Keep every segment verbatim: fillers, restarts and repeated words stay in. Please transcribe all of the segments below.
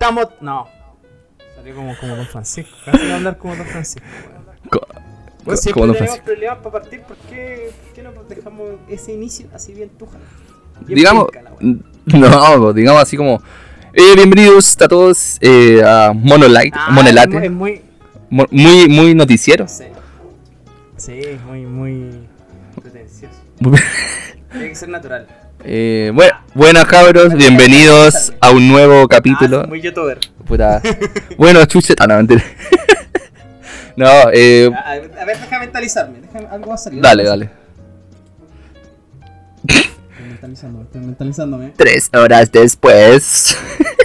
estamos... No. Salió como, como Don Francisco. Casi voy a hablar como Don Francisco. Co- Bueno, co- siempre como Don tenemos Francisco. problemas para partir. ¿Por qué, por qué no dejamos ese inicio así bien tuja? Bien Digamos, penca la wea. no, pues, digamos así como... Eh, bienvenidos a todos eh, a Monolite, Ah, Monelate. Es muy... Mo- Muy, muy noticiero. Sí. Sí, muy, muy pretencioso. Muy- Tiene que ser natural. Eh, bueno, buenas cabros, bienvenidos a un nuevo capítulo. Ah, muy youtuber. Puta. Bueno, chuche. Ah, no, mentira. No, eh. A, a ver, déjame mentalizarme. Déjame, algo va a salir. Dale, dale. Estoy mentalizándome, estoy mentalizándome. Tres horas después.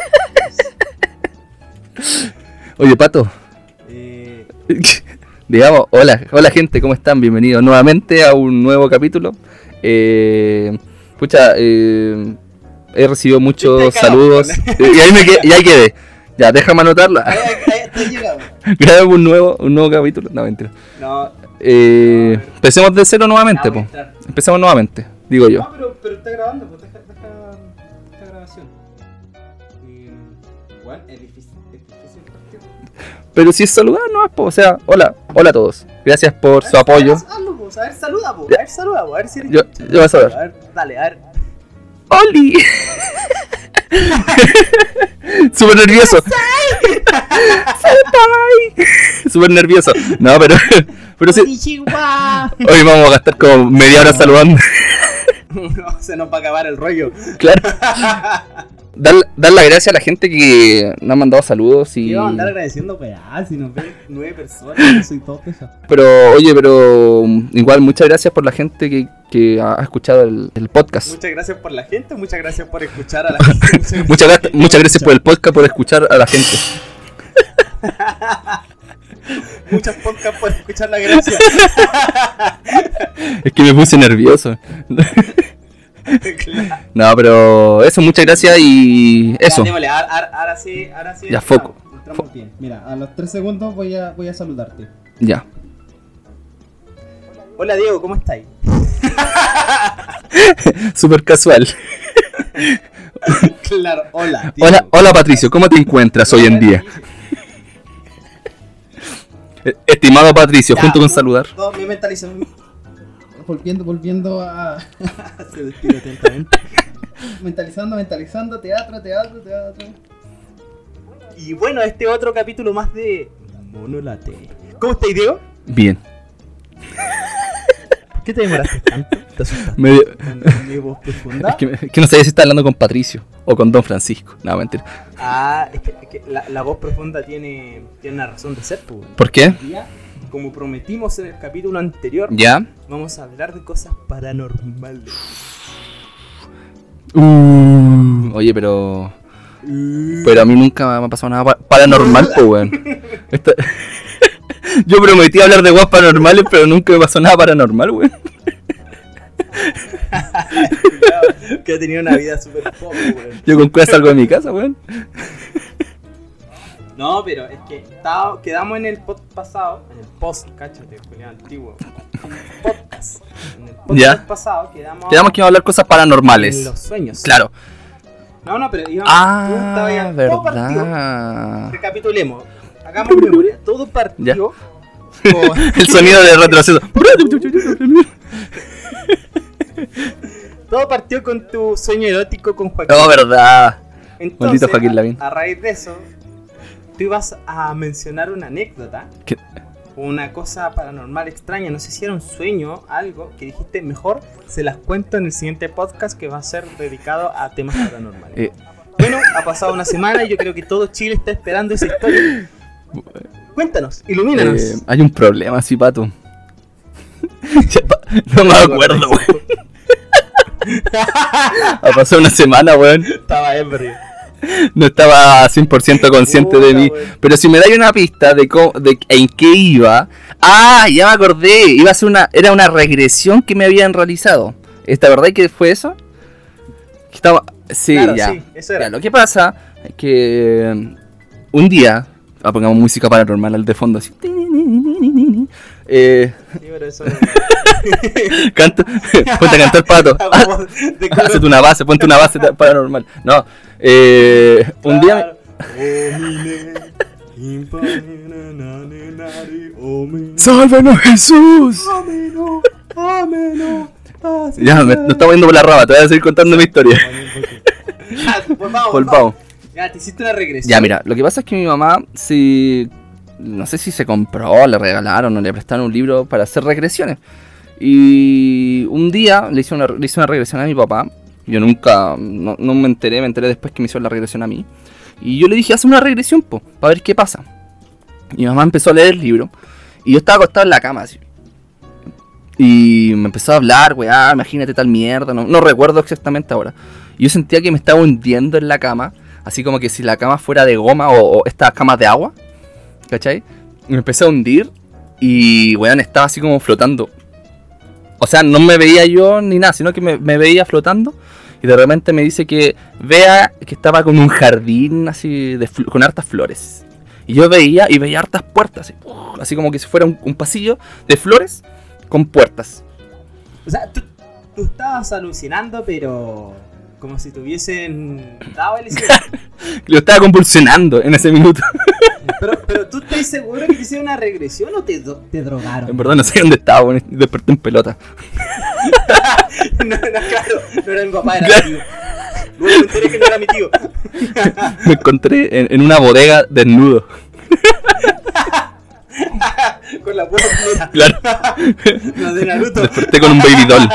Oye, Pato. Eh, Digamos, hola, hola gente, ¿cómo están? Bienvenidos nuevamente a un nuevo capítulo. Eh, pucha, eh, he recibido muchos Estoy cagado, saludos. Y ahí me quedé, y ahí quedé. Ya, déjame anotarlo. ahí, ahí, ahí, ahí llegamos. Grabemos un nuevo, un nuevo capítulo. No, mentira. No, Eh, empecemos de cero nuevamente, ya voy a po. entrar. Empecemos nuevamente, digo yo. No, pero, pero está grabando, pues deja, deja esta grabación. Y, bueno, es difícil, es difícil partir. Pero si es saludar, no es, po. O sea, hola, hola a todos. Gracias por su A ver, apoyo. haz- hazlo, pues, a ver, saluda, pues, Ya. a ver, saluda, pues, a ver si eres Yo- chucha. yo vas a ver. A ver, dale, a ver. ¡Oli! Súper nervioso. Senpai. Súper nervioso. No, pero, pero sí. Konnichiwa. Hoy vamos a gastar como media hora saludando. No, se nos va a acabar el rollo. Claro. Dar, dar las gracias a la gente que nos ha mandado saludos y. Iba a andar agradeciendo, weá, si nos ven nueve personas, yo soy todo peja. Pero, oye, pero igual muchas gracias por la gente que, que ha escuchado el, el podcast. Muchas gracias por la gente, muchas gracias por escuchar a la gente. Muchas, gra- muchas gracias por el podcast, por escuchar a la gente. Muchas podcasts por escuchar la gracia. Es que me puse nervioso. Claro. No, pero eso, muchas gracias y eso. Ya, démosle, ahora, ahora- ahora sí, ahora sí. Ya, foco. Entramos, entramos bien. Mira, a los tres segundos voy a, voy a saludarte. Ya. Hola Diego, ¿cómo estáis? Súper casual. Claro, hola. Diego. Hola, hola Patricio, ¿cómo te encuentras hoy en día? Eh, Estimado Patricio, Ya, junto con un, saludar. dos, me mentalizo. Volviendo, volviendo a. Se despide atentamente. Mentalizando, mentalizando, teatro, teatro, teatro. Y bueno, este otro capítulo más de Monolate. ¿Cómo estáis, Diego? Bien. ¿Por qué te demoraste tanto? ¿Te asustaste? Me- ¿Con mi voz profunda? Es que, es que no sabía si estaba hablando con Patricio o con Don Francisco. No, mentira. Ah, es que, es que la, la voz profunda tiene, tiene una razón de ser, pues. ¿Por qué? Hoy día, como prometimos en el capítulo anterior, ¿Ya? vamos a hablar de cosas paranormales. Uh, oye, pero... Pero a mí nunca me ha pasado nada pa- paranormal, pues, weón. Esta- Yo prometí hablar de guas paranormales, pero nunca me pasó nada paranormal, weón. Cuidado, que ha tenido una vida súper pobre, weón. Yo con cueva salgo de mi casa, weón. No, pero es que estaba- quedamos en el pod pasado, en el post, cáchate, Julián, antiguo. Podcast. En el podcast Ya. pasado quedamos, Quedamos que iba a hablar cosas en paranormales. los sueños. Claro. No, no, pero íbamos, tú estabas Ah, ya- todo partió. verdad. Recapitulemos, hagamos memoria. Todo partió con... El sonido de retroceso. Todo partió con tu sueño erótico con Joaquín. Oh, verdad. Entonces, Maldito Joaquín Lavín. A, a raíz de eso, tú ibas a mencionar una anécdota, ¿Qué? una cosa paranormal extraña, no sé si era un sueño, algo, que dijiste mejor, se las cuento en el siguiente podcast que va a ser dedicado a temas paranormales. Eh, Bueno, ha pasado una semana y yo creo que todo Chile está esperando esa historia. Cuéntanos, ilumínanos. eh, hay un problema, sí, pato. Ya pa- no me acuerdo, weón. Ha pasado una semana, weón. Estaba ebrio. No estaba cien por ciento consciente de Puta, mí. weón. Pero si me dais una pista de, cómo, de en qué iba. Ah, ya me acordé. Iba a ser una, era una regresión que me habían realizado. ¿Esta verdad que fue eso? Que estaba, sí, Claro, ya. sí, eso era. Ya, lo que pasa es que um, un día, ah, pongamos música paranormal al de fondo así. Eh, Sí, pero eso no- canta, ponte a cantar, pato. Vamos, de coro. Hazte una base, ponte una base paranormal. No, eh, un día. Claro. ¡Sálvanos, Jesús! Ya, me, me estamos yendo por la rama, te voy a seguir contando mi historia. Ya, volvamos, Volvamos. Ya, te hiciste una regresión. Ya, mira, lo que pasa es que mi mamá, si no sé si se compró, le regalaron o le prestaron un libro para hacer regresiones. Y un día le hice una, le hice una regresión a mi papá. Yo nunca, no, no me enteré, me enteré después que me hizo la regresión a mí. Y yo le dije, haz una regresión, po, para ver qué pasa. Y mi mamá empezó a leer el libro. Y yo estaba acostado en la cama, así. Y me empezó a hablar, weá, imagínate tal mierda. No, no recuerdo exactamente ahora. Y yo sentía que me estaba hundiendo en la cama. Así como que si la cama fuera de goma o, o estas camas de agua. ¿Cachai? Y me empecé a hundir. Y, weón, estaba así como flotando. O sea, no me veía yo ni nada, sino que me, me veía flotando. Y de repente me dice que vea que estaba con un jardín así de con hartas flores. Y yo veía y veía hartas puertas. Así, uh, así como que si fuera un, un pasillo de flores con puertas. O sea, tú, tú estabas alucinando, pero como si te hubiesen dado el Lo estaba convulsionando en ese minuto. Pero, pero tú estás seguro que te hicieron una regresión o te, te drogaron. En verdad no sé dónde estaba, bueno, desperté en pelota. no, no, claro, no era mi papá, era claro. Mi tío. Luego me enteré que no era mi tío. Me encontré en, en una bodega desnudo. Con la puerta plena. Claro. La de Naruto. Desperté con un baby doll.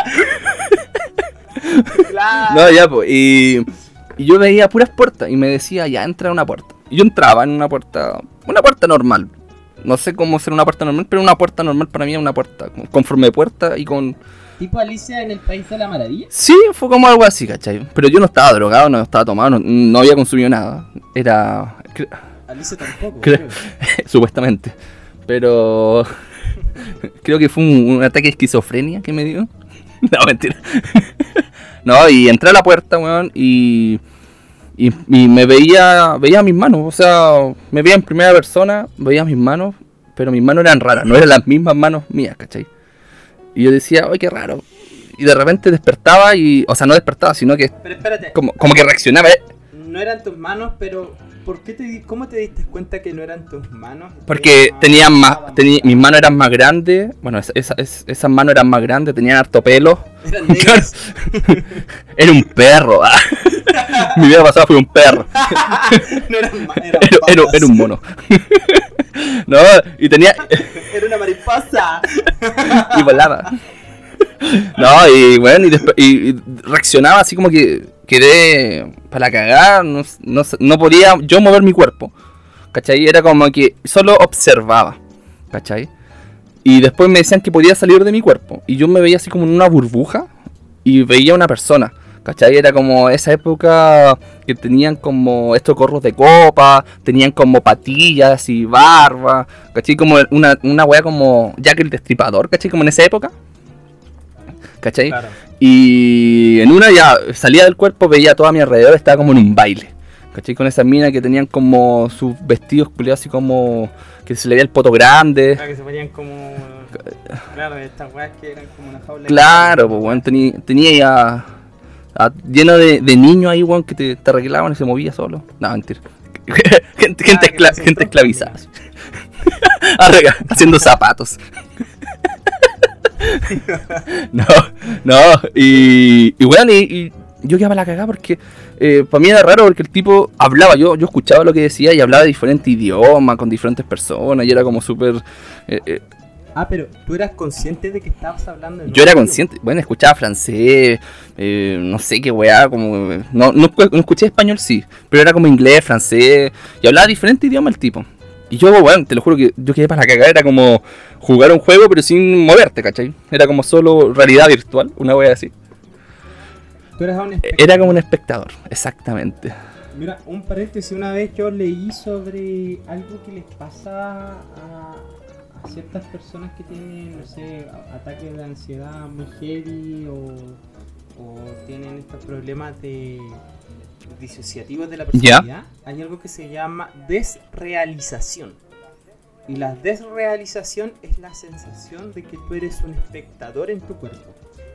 Claro. No, ya, pues, y, y yo veía puras puertas y me decía, ya, entra a una puerta. Y yo entraba en una puerta, una puerta normal. No sé cómo ser una puerta normal, pero una puerta normal para mí es una puerta con forma de puerta y con... ¿Tipo Alicia en el País de la Maravilla? Sí, fue como algo así, ¿cachai? Pero yo no estaba drogado, no estaba tomado, no, no había consumido nada. Era... Alicia tampoco, creo, supuestamente. Pero... creo que fue un, un ataque de esquizofrenia que me dio. No, mentira. No, y entré a la puerta, weón, y... Y, y me veía, veía mis manos, o sea, me veía en primera persona, veía mis manos, pero mis manos eran raras, no eran las mismas manos mías, ¿cachai? Y yo decía, ¡ay, qué raro! Y de repente despertaba y, o sea, no despertaba, sino que... Pero espérate. Como, como que reaccionaba, ¿eh? No eran tus manos, pero ¿por qué te, ¿cómo te diste cuenta que no eran tus manos? Porque tenían más, tenía, mis manos eran más grandes, bueno, esa, esa, esas manos eran más grandes, tenían harto pelo. Eran negras. Era un perro. Mi vida pasada fue un perro. No eran ma- eran era, era, era un mono. No, y tenía... Era una mariposa. Y volaba. No, y bueno, y, después, y, y reaccionaba así como que quedé para cagar, no, no, no podía yo mover mi cuerpo, ¿cachai? Era como que solo observaba, ¿cachai? Y después me decían que podía salir de mi cuerpo, y yo me veía así como en una burbuja, y veía una persona, ¿cachai? Era como esa época que tenían como estos gorros de copa, tenían como patillas y barba, ¿cachai? Como una, una wea como Jack el Destripador, ¿cachai? Como en esa época. ¿Cachai? Claro. Y en una ya salía del cuerpo, veía todo a mi alrededor, estaba como en un baile, ¿cachai? Con esas minas que tenían como sus vestidos culiados así como que se le veía el poto grande. Claro, que se ponían como... Claro, estas weas que eran como una jaula. Claro, pues bueno, tenía, tenía ya a, lleno de, de niños ahí, weón, que te, te arreglaban y se movía solo. No, mentira. gente, gente, ah, escla- gente esclavizada. Arrega, haciendo zapatos. No, no, y, y bueno, y, y yo quedaba la cagada porque eh, para mí era raro porque el tipo hablaba, yo, yo escuchaba lo que decía y hablaba de diferentes idiomas, con diferentes personas y era como súper... Eh, eh. Ah, pero tú eras consciente de que estabas hablando... Yo era consciente, bueno, escuchaba francés, eh, no sé qué weá, como... No, no, no escuché español, sí, pero era como inglés, francés, y hablaba diferentes idiomas el tipo. Y yo, bueno, te lo juro que yo quedé para la cagada, era como jugar un juego pero sin moverte, ¿cachai? Era como solo realidad virtual, una wea así. Tú eras un espectador. Era como un espectador, exactamente. Mira, un paréntesis, una vez yo leí sobre algo que les pasa a, a ciertas personas que tienen, no sé, ataques de ansiedad muy heavy o, o tienen estos problemas de... disociativos de la personalidad. ¿Ya? Hay algo que se llama desrealización. Y la desrealización es la sensación de que tú eres un espectador en tu cuerpo.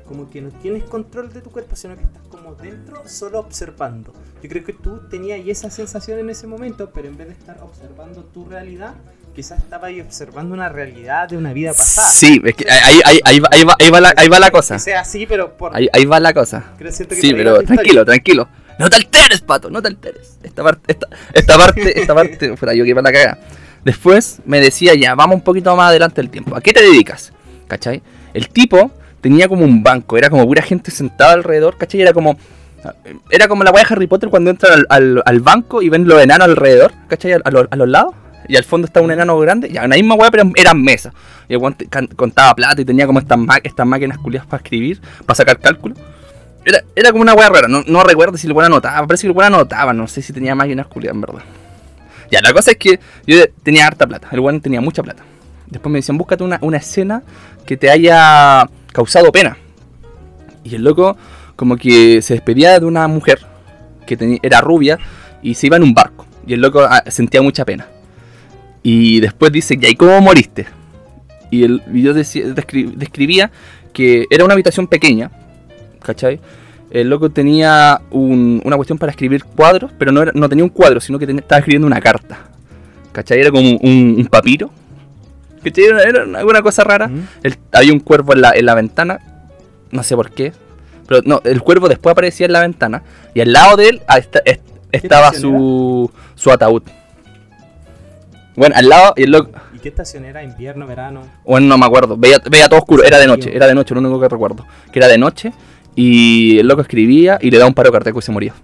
como que no tienes control de tu cuerpo, sino que estás como dentro, solo observando. Yo creo que tú tenías esa sensación en ese momento, pero en vez de estar observando tu realidad, quizás estabas ahí observando una realidad de una vida pasada. Sí, es que ahí, ahí, ahí, va, ahí, va, ahí, va, la, ahí va la cosa. Que sea así, pero por... Ahí, ahí va la cosa. Que sí, pero tranquilo, tranquilo. No te alteres, pato, no te alteres. Esta parte, esta, esta parte, esta parte, fuera yo que iba a la cagada. Después me decía, ya, vamos un poquito más adelante del tiempo. ¿A qué te dedicas? ¿Cachai? El tipo tenía como un banco, era como pura gente sentada alrededor, ¿cachai? Era como era como la weá de Harry Potter cuando entran al, al, al banco y ven los enanos alrededor, ¿cachai? A, a, los, a los lados. Y al fondo está un enano grande, ya, la misma weá, pero eran mesas. Y el weón contaba plata y tenía como estas, ma- estas máquinas culiadas para escribir, para sacar cálculo. Era, era como una weá rara, no, no recuerdo si el weón anotaba, parece que el weón anotaba, no sé si tenía máquinas culiadas en verdad. Ya, la cosa es que yo tenía harta plata, el weón tenía mucha plata. Después me decían, búscate una, una escena que te haya causado pena. Y el loco como que se despedía de una mujer que tenía, era rubia y se iba en un barco. Y el loco ah, sentía mucha pena. Y después dice, ya, ¿y cómo moriste? Y el video descri- describía que era una habitación pequeña, ¿cachai? El loco tenía un, una cuestión para escribir cuadros, pero no, era, no tenía un cuadro, sino que tenía, estaba escribiendo una carta, ¿cachai? Era como un, un papiro, ¿cachai? Era, era alguna cosa rara. Mm. El, había un cuervo en la, en la ventana, no sé por qué, pero no, el cuervo después aparecía en la ventana, y al lado de él esta, est, estaba su, su ataúd. Bueno, al lado, y el loco... ¿Y qué estación era? ¿Invierno, verano? Bueno, no me acuerdo, veía, veía todo oscuro, era de noche, era de noche, lo único que recuerdo, que era de noche, y el loco escribía y le daba un paro cardíaco y se moría.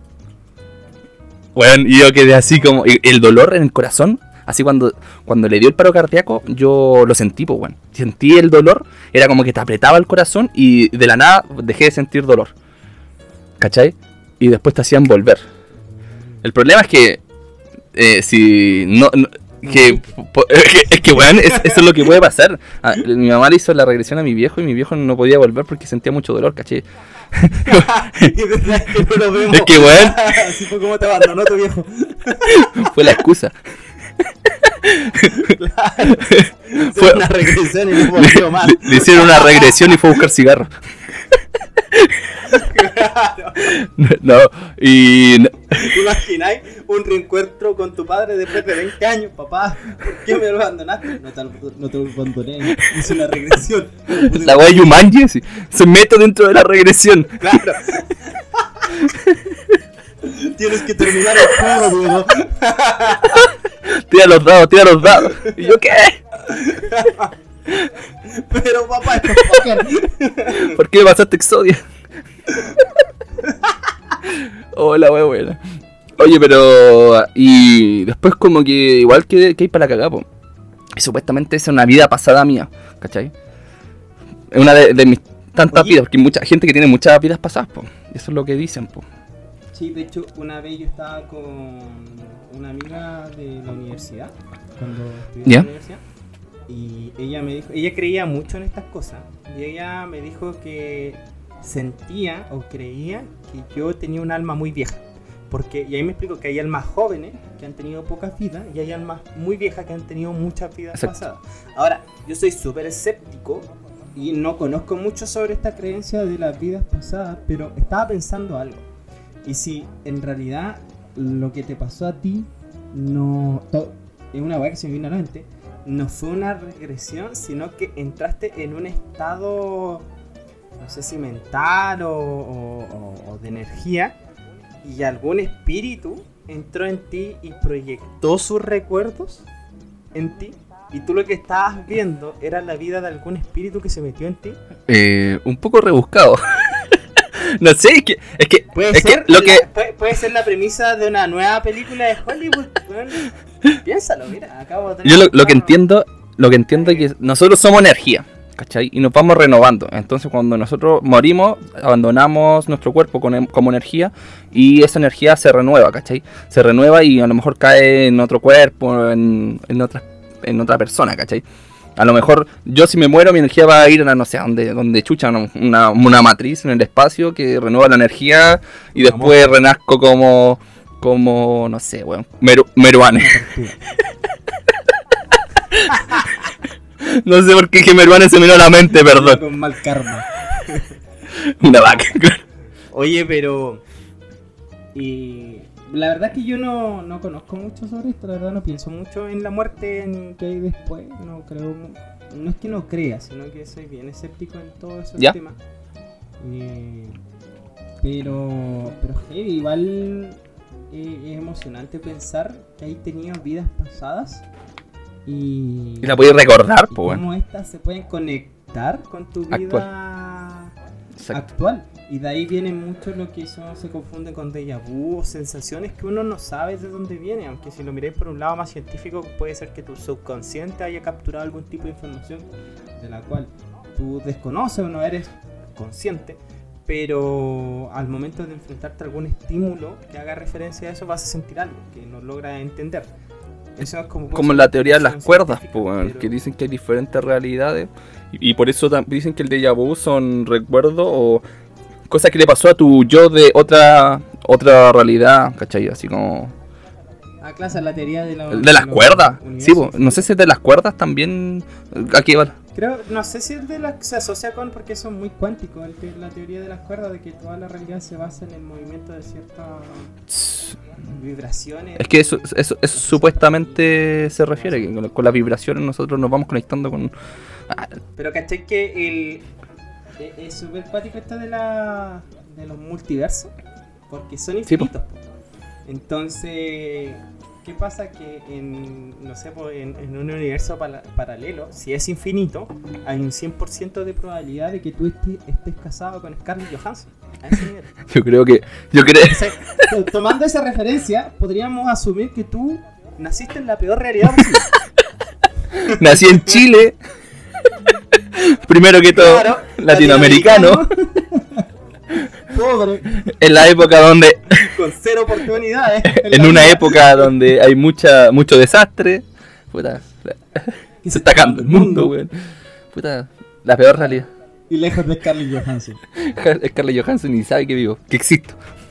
Bueno, y yo quedé así como, el dolor en el corazón, así cuando, cuando le dio el paro cardíaco, yo lo sentí, pues bueno, sentí el dolor, era como que te apretaba el corazón y de la nada dejé de sentir dolor, ¿cachai? Y después te hacían volver. El problema es que, eh, si no... no Que, es que, weón, es, eso es lo que puede pasar. Ah, mi mamá le hizo la regresión a mi viejo y mi viejo no podía volver porque sentía mucho dolor, ¿caché? Es que, weón, así fue como te abandonó tu viejo. Fue la excusa. Claro. Fue una regresión y no volvió más. Le, le hicieron una regresión y fue a buscar cigarros. Claro. No, y... No. ¿Te imagináis un reencuentro con tu padre después de veinte años? Papá, ¿por qué me lo abandonaste? No te, no te lo abandoné, hice una regresión. La wea de Yumanji, sí. Se mete dentro de la regresión. Claro. Tienes que terminar el juego, Diego. Tira los dados, tira los dados. ¿Y yo qué? Pero papá, esto es póker. ¿Por qué me pasaste Exodia? Hola, wea buena. Oye, pero... Y después como que igual que, que hay para la cagada, po. Y supuestamente es una vida pasada mía, ¿cachai? Es una de, de mis tantas Oye. vidas, porque hay mucha gente que tiene muchas vidas pasadas, po. Eso es lo que dicen, po. Sí, de hecho, una vez yo estaba con una amiga de la universidad, cuando estudiaba ¿Ya? en la universidad, y ella me dijo, ella creía mucho en estas cosas, y ella me dijo que sentía o creía que yo tenía un alma muy vieja, porque, y ahí me explico que hay almas jóvenes que han tenido pocas vidas, y hay almas muy viejas que han tenido muchas vidas Exacto. pasadas. Ahora, yo soy súper escéptico, y no conozco mucho sobre esta creencia de las vidas pasadas, pero estaba pensando algo. Y si en realidad lo que te pasó a ti no to, es una weá que se me vino a la mente, no fue una regresión, sino que entraste en un estado, no sé si mental o, o, o, o de energía, y algún espíritu entró en ti y proyectó sus recuerdos en ti, y tú lo que estabas viendo era la vida de algún espíritu que se metió en ti. Eh, un poco rebuscado. No sé, es que, es que, puede, es ser que lo la, que puede, puede ser la premisa de una nueva película de Hollywood. Bueno, piénsalo, mira, acabo de tener yo lo, lo que entiendo, lo que entiendo es que nosotros somos energía, ¿cachai? Y nos vamos renovando. Entonces cuando nosotros morimos, abandonamos nuestro cuerpo con, como energía, y esa energía se renueva, ¿cachai? Se renueva y a lo mejor cae en otro cuerpo, en, en otra, en otra persona, ¿cachai? A lo mejor yo si me muero mi energía va a ir a no sé, donde, donde chucha, una, una matriz en el espacio que renueva la energía y después Vamos. renazco como, como, no sé, weón, Meru, Meruane. No sé por qué que Meruane se me vino a la mente, perdón. Con mal karma. Una vaca, claro. Oye, pero... Y... La verdad es que yo no, no conozco mucho sobre esto, la verdad no pienso mucho en la muerte ni que hay después, no creo, no es que no crea, sino que soy bien escéptico en todos esos ¿Ya? temas. Eh, pero, pero heavy, igual eh, es emocionante pensar que hay tenido vidas pasadas y, Y la podéis recordar, y pues, cómo bueno. estas se pueden conectar con tu vida Actual. Exacto. actual. Y de ahí viene mucho lo que eso se confunde con déjà vu o sensaciones que uno no sabe de dónde viene, aunque si lo miráis por un lado más científico puede ser que tu subconsciente haya capturado algún tipo de información de la cual tú desconoces o no eres consciente, pero al momento de enfrentarte a algún estímulo que haga referencia a eso vas a sentir algo que no logras entender. Eso es como, Como la teoría de las cuerdas, pues, bueno, pero... que dicen que hay diferentes realidades y, y por eso tam- dicen que el déjà vu son recuerdos o cosas que le pasó a tu yo de otra otra realidad, ¿cachai? Así como... Ah, clase, la teoría de, la, ¿De las cuerdas? Sí, pues, no sé si es de las cuerdas también... Aquí va. Creo, no sé si es de la, se asocia con, porque son muy cuánticos, el te, la teoría de las cuerdas, de que toda la realidad se basa en el movimiento de ciertas vibraciones. Es que eso, eso, eso supuestamente se refiere, que con, con las vibraciones nosotros nos vamos conectando con... Ah, pero caché que el es- es súper cuático esto de la de los multiversos, porque son Sí, po. infinitos. po. Entonces, ¿qué pasa? Que en, no sé, po, en, en un universo pala- paralelo, si es infinito, hay un cien por ciento de probabilidad de que tú estés, estés casado con Scarlett Johansson. A ese nivel. yo creo que... Yo creo... Entonces, to- tomando esa referencia, podríamos asumir que tú naciste en la peor realidad posible. Nací en Chile. Primero que todo, Claro, latinoamericano. Pobre, En la época donde... con cero oportunidades. En la una vida. época donde hay mucha mucho desastre. Puta, Que se está acabando el mundo, weón. Puta, la peor realidad. Y lejos de Scarlett Johansson. Scarlett Johansson ni sabe que vivo, que existo.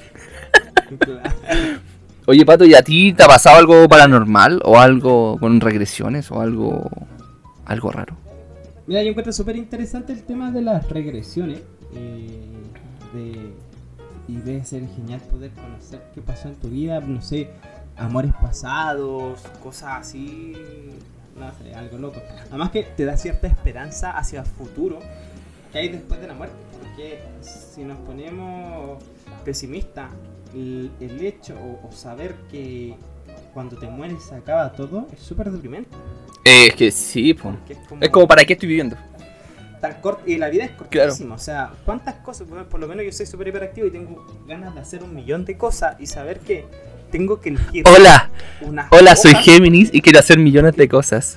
Oye, Pato, ¿y a ti te ha pasado algo paranormal? ¿O algo con regresiones? ¿O algo algo raro? Mira, yo encuentro súper interesante el tema de las regresiones. eh, de, y debe ser genial poder conocer qué pasó en tu vida, no sé, amores pasados, cosas así, no sé, algo loco. Además que te da cierta esperanza hacia el futuro que hay después de la muerte. Porque si nos ponemos pesimistas, el, el hecho o, o saber que cuando te mueres se acaba todo es súper deprimente. Eh, es que sí, po. Porque es como... Es como, ¿para qué estoy viviendo? tan corto y la vida es cortísima, o sea, cuántas cosas, bueno, por lo menos yo soy súper hiperactivo y tengo ganas de hacer un millón de cosas y saber que tengo que elegir Hola, unas hola, soy hojas. Géminis y quiero hacer millones de cosas.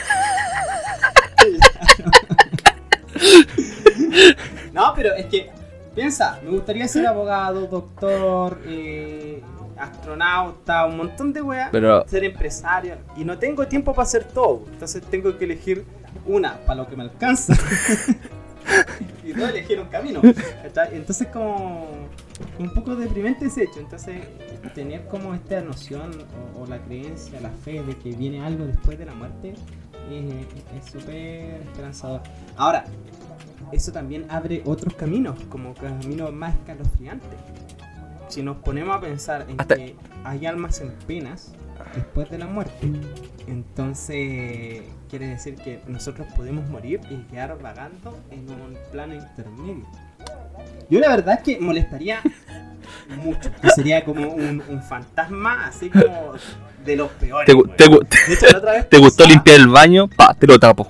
No, pero es que piensa, me gustaría ser abogado, doctor, eh, astronauta, un montón de weas, Pero- ser empresario y no tengo tiempo para hacer todo, entonces tengo que elegir una para lo que me alcanza y no elegir un camino, ¿cachai? Entonces como un poco deprimente ese hecho. Entonces tener como esta noción o, o la creencia, la fe de que viene algo después de la muerte eh, es súper esperanzador. Ahora, eso también abre otros caminos, como caminos más escalofriantes. Si nos ponemos a pensar en Hasta- que hay almas en penas después de la muerte, entonces quiere decir que nosotros podemos morir y quedar vagando en un plano intermedio. Yo la verdad es que molestaría mucho, que sería como un, un fantasma así como de los peores. ¿Te, gu- güey. te gu- De hecho, la otra vez ¿Te gustó pensaba- limpiar el baño? Pa, te lo tapo.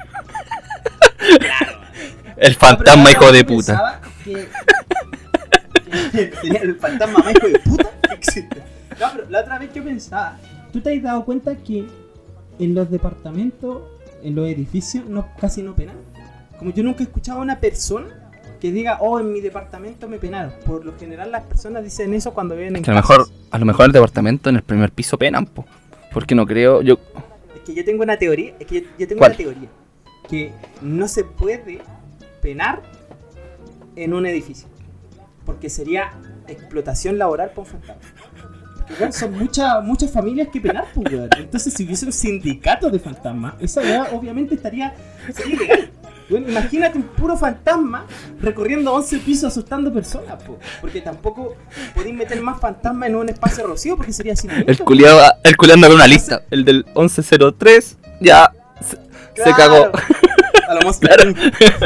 El fantasma, No, pero hijo de yo puta. pensaba Que, que sería el fantasma más hijo de puta que existe. No, pero la otra vez yo pensaba, ¿tú te has dado cuenta que en los departamentos, en los edificios, no, casi no penan? Como yo nunca he escuchado a una persona que diga, oh, en mi departamento me penaron. Por lo general las personas dicen eso cuando viven en Que a lo casas. mejor, a lo mejor el departamento en el primer piso penan, po. Porque no creo, yo... Es que yo tengo una teoría, es que yo, yo tengo ¿Cuál? una teoría. Que no se puede penar en un edificio. Porque sería explotación laboral por un fantasma. Porque, weón, son muchas muchas familias que penar, pues, weón. Entonces, si hubiese un sindicato de fantasmas, esa weá obviamente estaría sería ilegal. Bueno, imagínate un puro fantasma recorriendo once pisos asustando personas, po. Porque tampoco podéis meter más fantasmas en un espacio reducido porque sería así. El culiado, el culiado anda con una lista. El del once cero tres ya se, claro. se cagó. A lo más claro.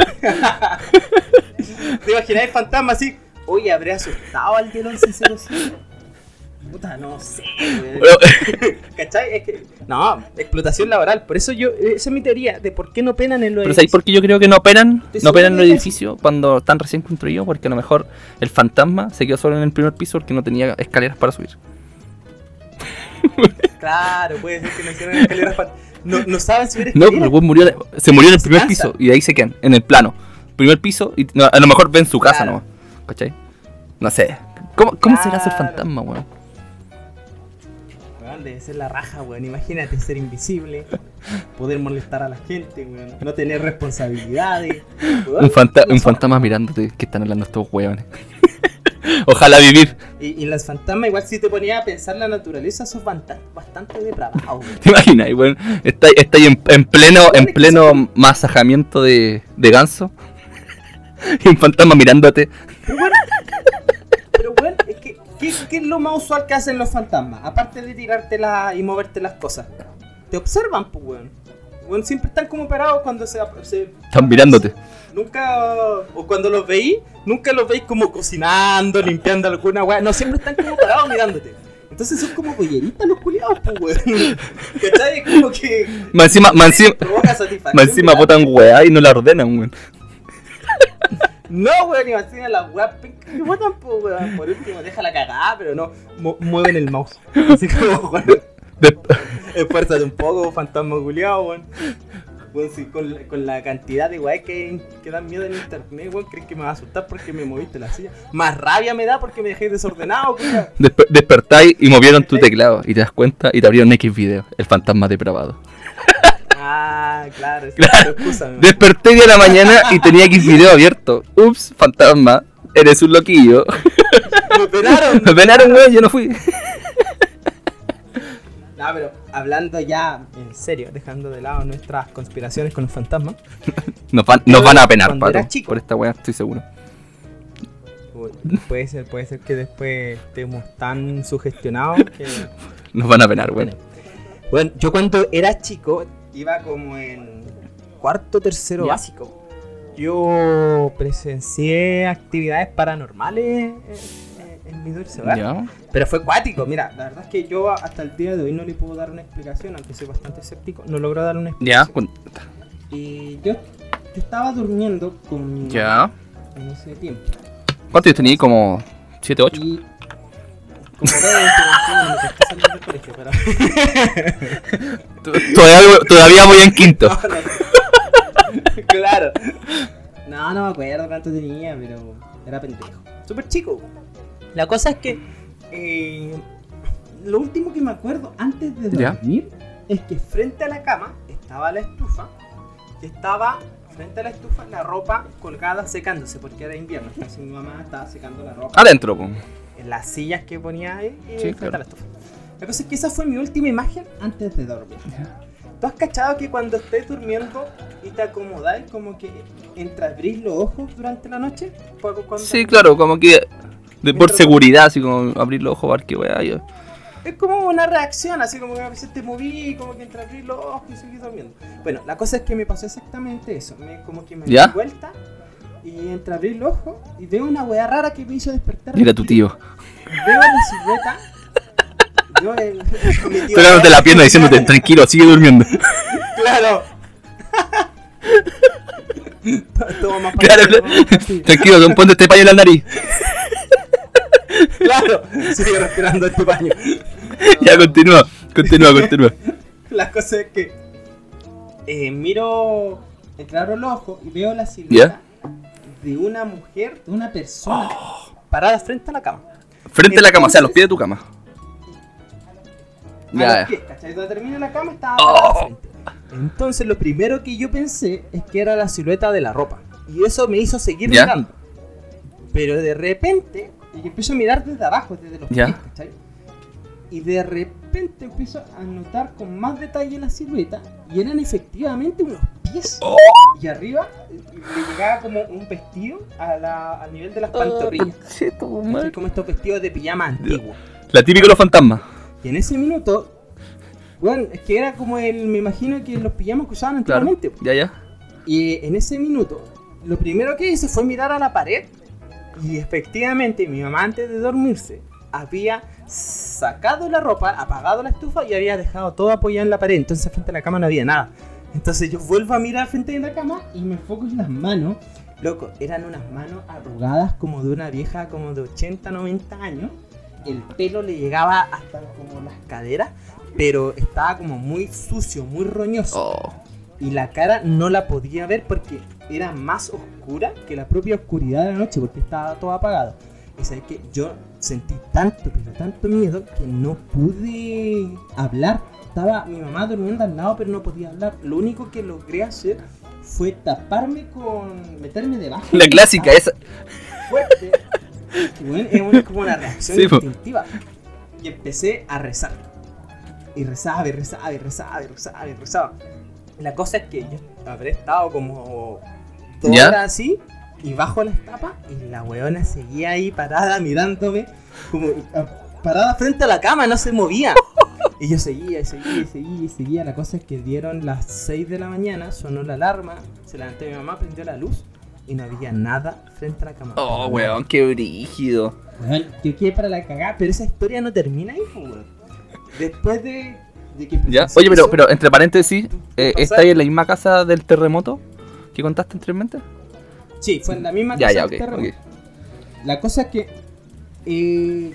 ¿Te imaginas el fantasma así? Oye, ¿habré asustado al del once cero cero? Puta, no sé, güey. ¿Cachai? Es que, no, explotación laboral. Por eso yo, esa es mi teoría de por qué no penan en los Pero ¿sabes por qué yo creo que no penan? No penan en los edificios cuando están recién construidos, porque a lo mejor el fantasma se quedó solo en el primer piso porque no tenía escaleras para subir. Claro, puede ser que no hicieron escaleras para... No, no saben subir No, escaleras. pero el güey murió, de- se murió en el primer piso y de ahí se quedan, en el plano. Primer piso y no, a lo mejor ven su casa, Claro. ¿no? ¿Cachai? No sé. ¿Cómo, cómo será ser Claro. fantasma, weón? Weón, debe ser la raja, weón. Imagínate ser invisible, poder molestar a la gente, weón. No tener responsabilidades. Weón, Un, fanta- no un son- fantasma mirándote, ¿qué están hablando estos weones? Ojalá vivir. Y, y las fantasmas, igual si te ponías a pensar la naturaleza, sos bastante, bastante depravados, weón. ¿Te imaginas, weón? Está, está ahí en, en pleno, en pleno masajamiento de, de ganso. Y un fantasma mirándote. Pero bueno, pero bueno, es que ¿qué, ¿qué es lo más usual que hacen los fantasmas? Aparte de tirártelas y moverte las cosas. Te observan, pues, weón. Weón, siempre están como parados cuando se... se Están mirándote. Nunca... O cuando los veis, nunca los veis como cocinando, limpiando alguna weá. No, siempre están como parados mirándote. Entonces son como bolleritas los culiados, pues, weón. ¿Cachai? Es como que... Más encima, más encima, provoca satisfacción. más encima mirar. botan weá y no la ordenan, weón. No, weón, imagina las weas pencas que botan, pues, weón. Por último, déjala cagada, pero no, mu- mueven el mouse. Así como, weón, De- esfuérzate un poco, fantasma culiao, weón. Weón, si con, la- con la cantidad de weas que, que dan miedo en internet, weón, crees que me va a asustar porque me moviste la silla. Más rabia me da porque me dejé desordenado, culiao. desper- despertáis y movieron tu teclado y te das cuenta y te abrieron X video, el fantasma depravado. Ah, claro, esa Claro. es la excusa, weón. Desperté de la mañana y tenía X video abierto. Ups, fantasma, eres un loquillo. Me penaron. Me penaron, weón, yo no fui. No, pero hablando ya en serio, dejando de lado nuestras conspiraciones con los fantasmas. Nos van, nos van a penar, Cuando pato, era chico. por esta weá, estoy seguro. Uy, puede ser, puede ser que después estemos tan sugestionados que... Nos van a penar, weón. Bueno, yo cuando era chico, iba como en cuarto, tercero ¿Ya? básico. Yo presencié actividades paranormales en, en mi dulce hogar. Ya. Pero fue cuático, mira, la verdad es que yo hasta el día de hoy no le puedo dar una explicación, aunque soy bastante escéptico, no logro dar una Ya, explicación. cu- Y yo, yo estaba durmiendo con mi ya. mamá en ese tiempo. ¿Cuántos tenías? Como siete, ocho. Y como veinte, veintiuno, me costó salir del colegio, pero... Todavía, todavía voy en quinto. No, no. Claro. No, no me acuerdo cuánto tenía, pero era pendejo. Súper chico. La cosa es que eh, lo último que me acuerdo antes de ¿Ya? dormir es que frente a la cama estaba la estufa. Y estaba frente a la estufa la ropa colgada secándose porque era invierno. Entonces mi mamá estaba secando la ropa Adentro, po. en las sillas que ponía ahí y Sí, frente claro. a la estufa. La cosa es que esa fue mi última imagen antes de dormir. ¿Tú has cachado que cuando estés durmiendo y te acomodáis como que entreabrís los ojos durante la noche? Cuando- cuando- Sí, claro, como que de, por seguridad, así como abrir los ojos, a ver qué weá. Yo. Es como una reacción, así como que a veces te moví, como que entreabrís los ojos y seguís durmiendo. Bueno, la cosa es que me pasó exactamente eso. Me, como que me ¿Ya? di vuelta y entreabrí los ojos y veo una weá rara que me hizo despertar. Era tu tío. Veo la silueta. Veo el, mi tío- Pegándote la pierna diciéndote, tranquilo, sigue durmiendo. Claro. Toma más Claro, pastillas, claro. toma más pastillas. Tranquilo, don, ponte este paño en la nariz. Claro, sigue respirando este paño. Ya, continúa, continúa, continúa. La cosa es que eh, miro, abro los ojos y veo la silueta de una mujer, de una persona parada frente a la cama. Frente a la cama, o sea, a los pies de tu cama. A Ya, los pies, ¿cachai? Donde termina la cama estaba Oh. parada frente. Entonces lo primero que yo pensé es que era la silueta de la ropa. Y eso me hizo seguir ¿Ya? mirando. Pero de repente, y yo empiezo a mirar desde abajo, desde los ¿Ya? pies, ¿cachai? Y de repente repente empiezo a notar con más detalle la silueta y eran efectivamente unos pies. Oh. Y arriba le llegaba como un vestido a la, al nivel de las pantorrillas. Oh, como estos vestidos de pijama antiguos. La típica de los fantasmas. Y en ese minuto, bueno, es que era como el, me imagino que los pijamas que usaban antiguamente. Claro. Ya, ya. Y en ese minuto, lo primero que hice fue mirar a la pared. Y efectivamente, mi mamá antes de dormirse había sacado la ropa, apagado la estufa y había dejado todo apoyado en la pared. Entonces frente a la cama no había nada. Entonces yo vuelvo a mirar frente a la cama y me enfoco en las manos. Loco, eran unas manos arrugadas como de una vieja como de ochenta, noventa años. El pelo le llegaba hasta como las caderas, pero estaba como muy sucio, muy roñoso. Oh. Y la cara no la podía ver porque era más oscura que la propia oscuridad de la noche, porque estaba todo apagado. Y sabes que yo sentí tanto, pero tanto miedo que no pude hablar. Estaba mi mamá durmiendo al lado, pero no podía hablar. Lo único que logré hacer fue taparme con... meterme debajo. La clásica, esa. Fuerte. Y bueno, es una, como una reacción sí, instintiva. Y empecé a rezar. Y rezaba, y rezaba, y rezaba, y rezaba, y rezaba. La cosa es que yo habré estado como dos ¿Ya? horas así, y bajo las tapas, y la weona seguía ahí parada mirándome, como parada frente a la cama, no se movía. Y yo seguía, y seguía, y seguía, y seguía. La cosa es que dieron las seis de la mañana, sonó la alarma, se levantó mi mamá, prendió la luz, y no había nada frente a la cama. Oh, weón, qué brígido. Weón, yo quedé para la cagada, pero esa historia no termina ahí, weón. Después de... de que ¿Ya? Oye, pero, pero entre paréntesis, eh, ¿está ahí en la misma casa del terremoto que contaste anteriormente? Sí, fue en la misma ya, casa ya, del okay, terremoto. okay. La cosa es que eh,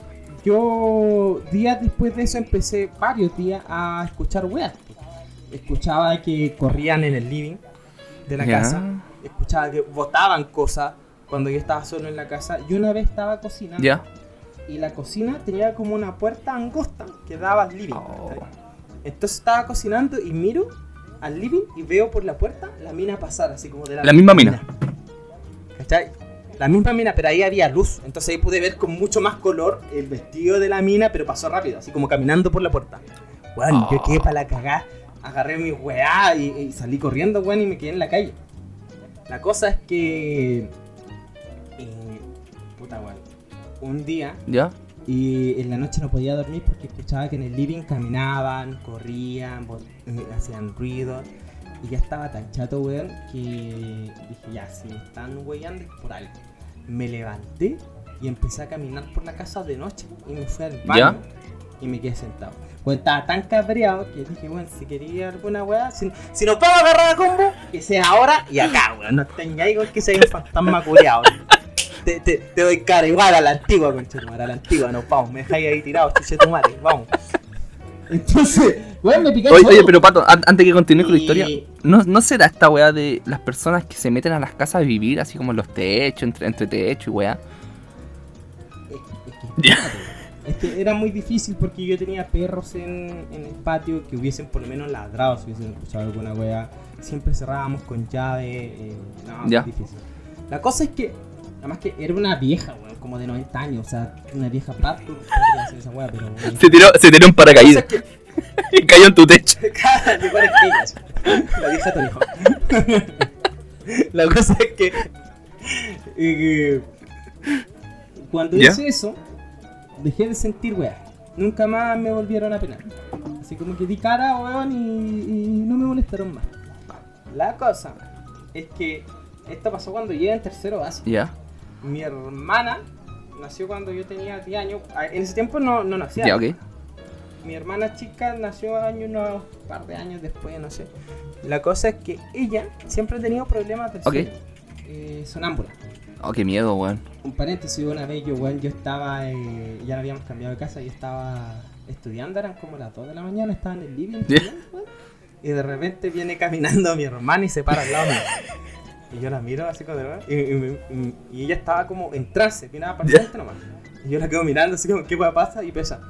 yo días después de eso empecé varios días a escuchar weas. Escuchaba que corrían en el living de la Ya. casa. Escuchaba que botaban cosas cuando yo estaba solo en la casa. Y una vez estaba cocinando. Ya. Y la cocina tenía como una puerta angosta que daba al living. Oh. Entonces estaba cocinando y miro al living y veo por la puerta la mina pasar, así como de la, La misma mina. ¿Cachai? La misma mina, pero ahí había luz. Entonces ahí pude ver con mucho más color el vestido de la mina, pero pasó rápido, así como caminando por la puerta. Bueno, Oh. yo quedé para la cagada, agarré mi weá y, y salí corriendo, weón, y me quedé en la calle. La cosa es que... Eh, puta, weón. Un día... ¿Ya? Y en la noche no podía dormir porque escuchaba que en el living caminaban, corrían, bot- eh, hacían ruido. Y ya estaba tan chato, weón, que dije, ya, si me están weyando es por algo. Me levanté y empecé a caminar por la casa de noche y me fui al baño. ¿Ya? Y me quedé sentado. Pues estaba tan cabreado que dije, bueno, si quería alguna weá, si, si nos vamos a agarrar a combo, que sea ahora y acá, weón. No tengáis con que sea un fantasma culeado. Te, te, te doy cara igual a la antigua, conchetumare, a la antigua, nos vamos, me dejáis ahí tirado, chuchetumare, vamos. Entonces, weón, me picaste. Oye, oye, pero Pato, an- antes que continúe con la Y- historia, ¿no, ¿no será esta weá de las personas que se meten a las casas a vivir, así como en los techos, entre, entre techos y weá? Es, es que, Ya. es que era muy difícil porque yo tenía perros en, en el patio que hubiesen por lo menos ladrado, si hubiesen escuchado alguna weá. Siempre cerrábamos con llave, eh, no, Ya. muy difícil. La cosa es que, además que era una vieja, weón, como de noventa años, o sea, una vieja pato, no podría hacer esa weá, pero... weón. Se tiró, se tiró un La cosa paracaídas es que, y cayó en tu techo. cada igual es que ellas. La vieja Tony Hawk. La cosa es que eh, cuando ¿Ya? hice eso, dejé de sentir weá. Nunca más me volvieron a penar. Así como que di cara, weón, y, y no me molestaron más. La cosa es que esto pasó cuando llegué en tercero básico. Ya, Mi hermana nació cuando yo tenía diez años. En ese tiempo no, no nacía. ya, ok. Mi hermana chica nació año, unos par de años después, no sé. La cosa es que ella siempre ha tenido problemas de Ok. sueño. Eh, sonámbula. Oh, qué miedo, weón. Un paréntesis, una vez yo, bueno, yo estaba, eh, ya habíamos cambiado de casa y estaba estudiando, eran como las dos de la mañana, estaba en el living estudiando, weón, y de repente viene caminando mi hermana y se para al lado mío. Y yo la miro así como de nuevo, y, y, y, y ella estaba como en trance, viene a apartarte nomás. Y yo la quedo mirando así como, ¿qué weá pasa? Y empieza...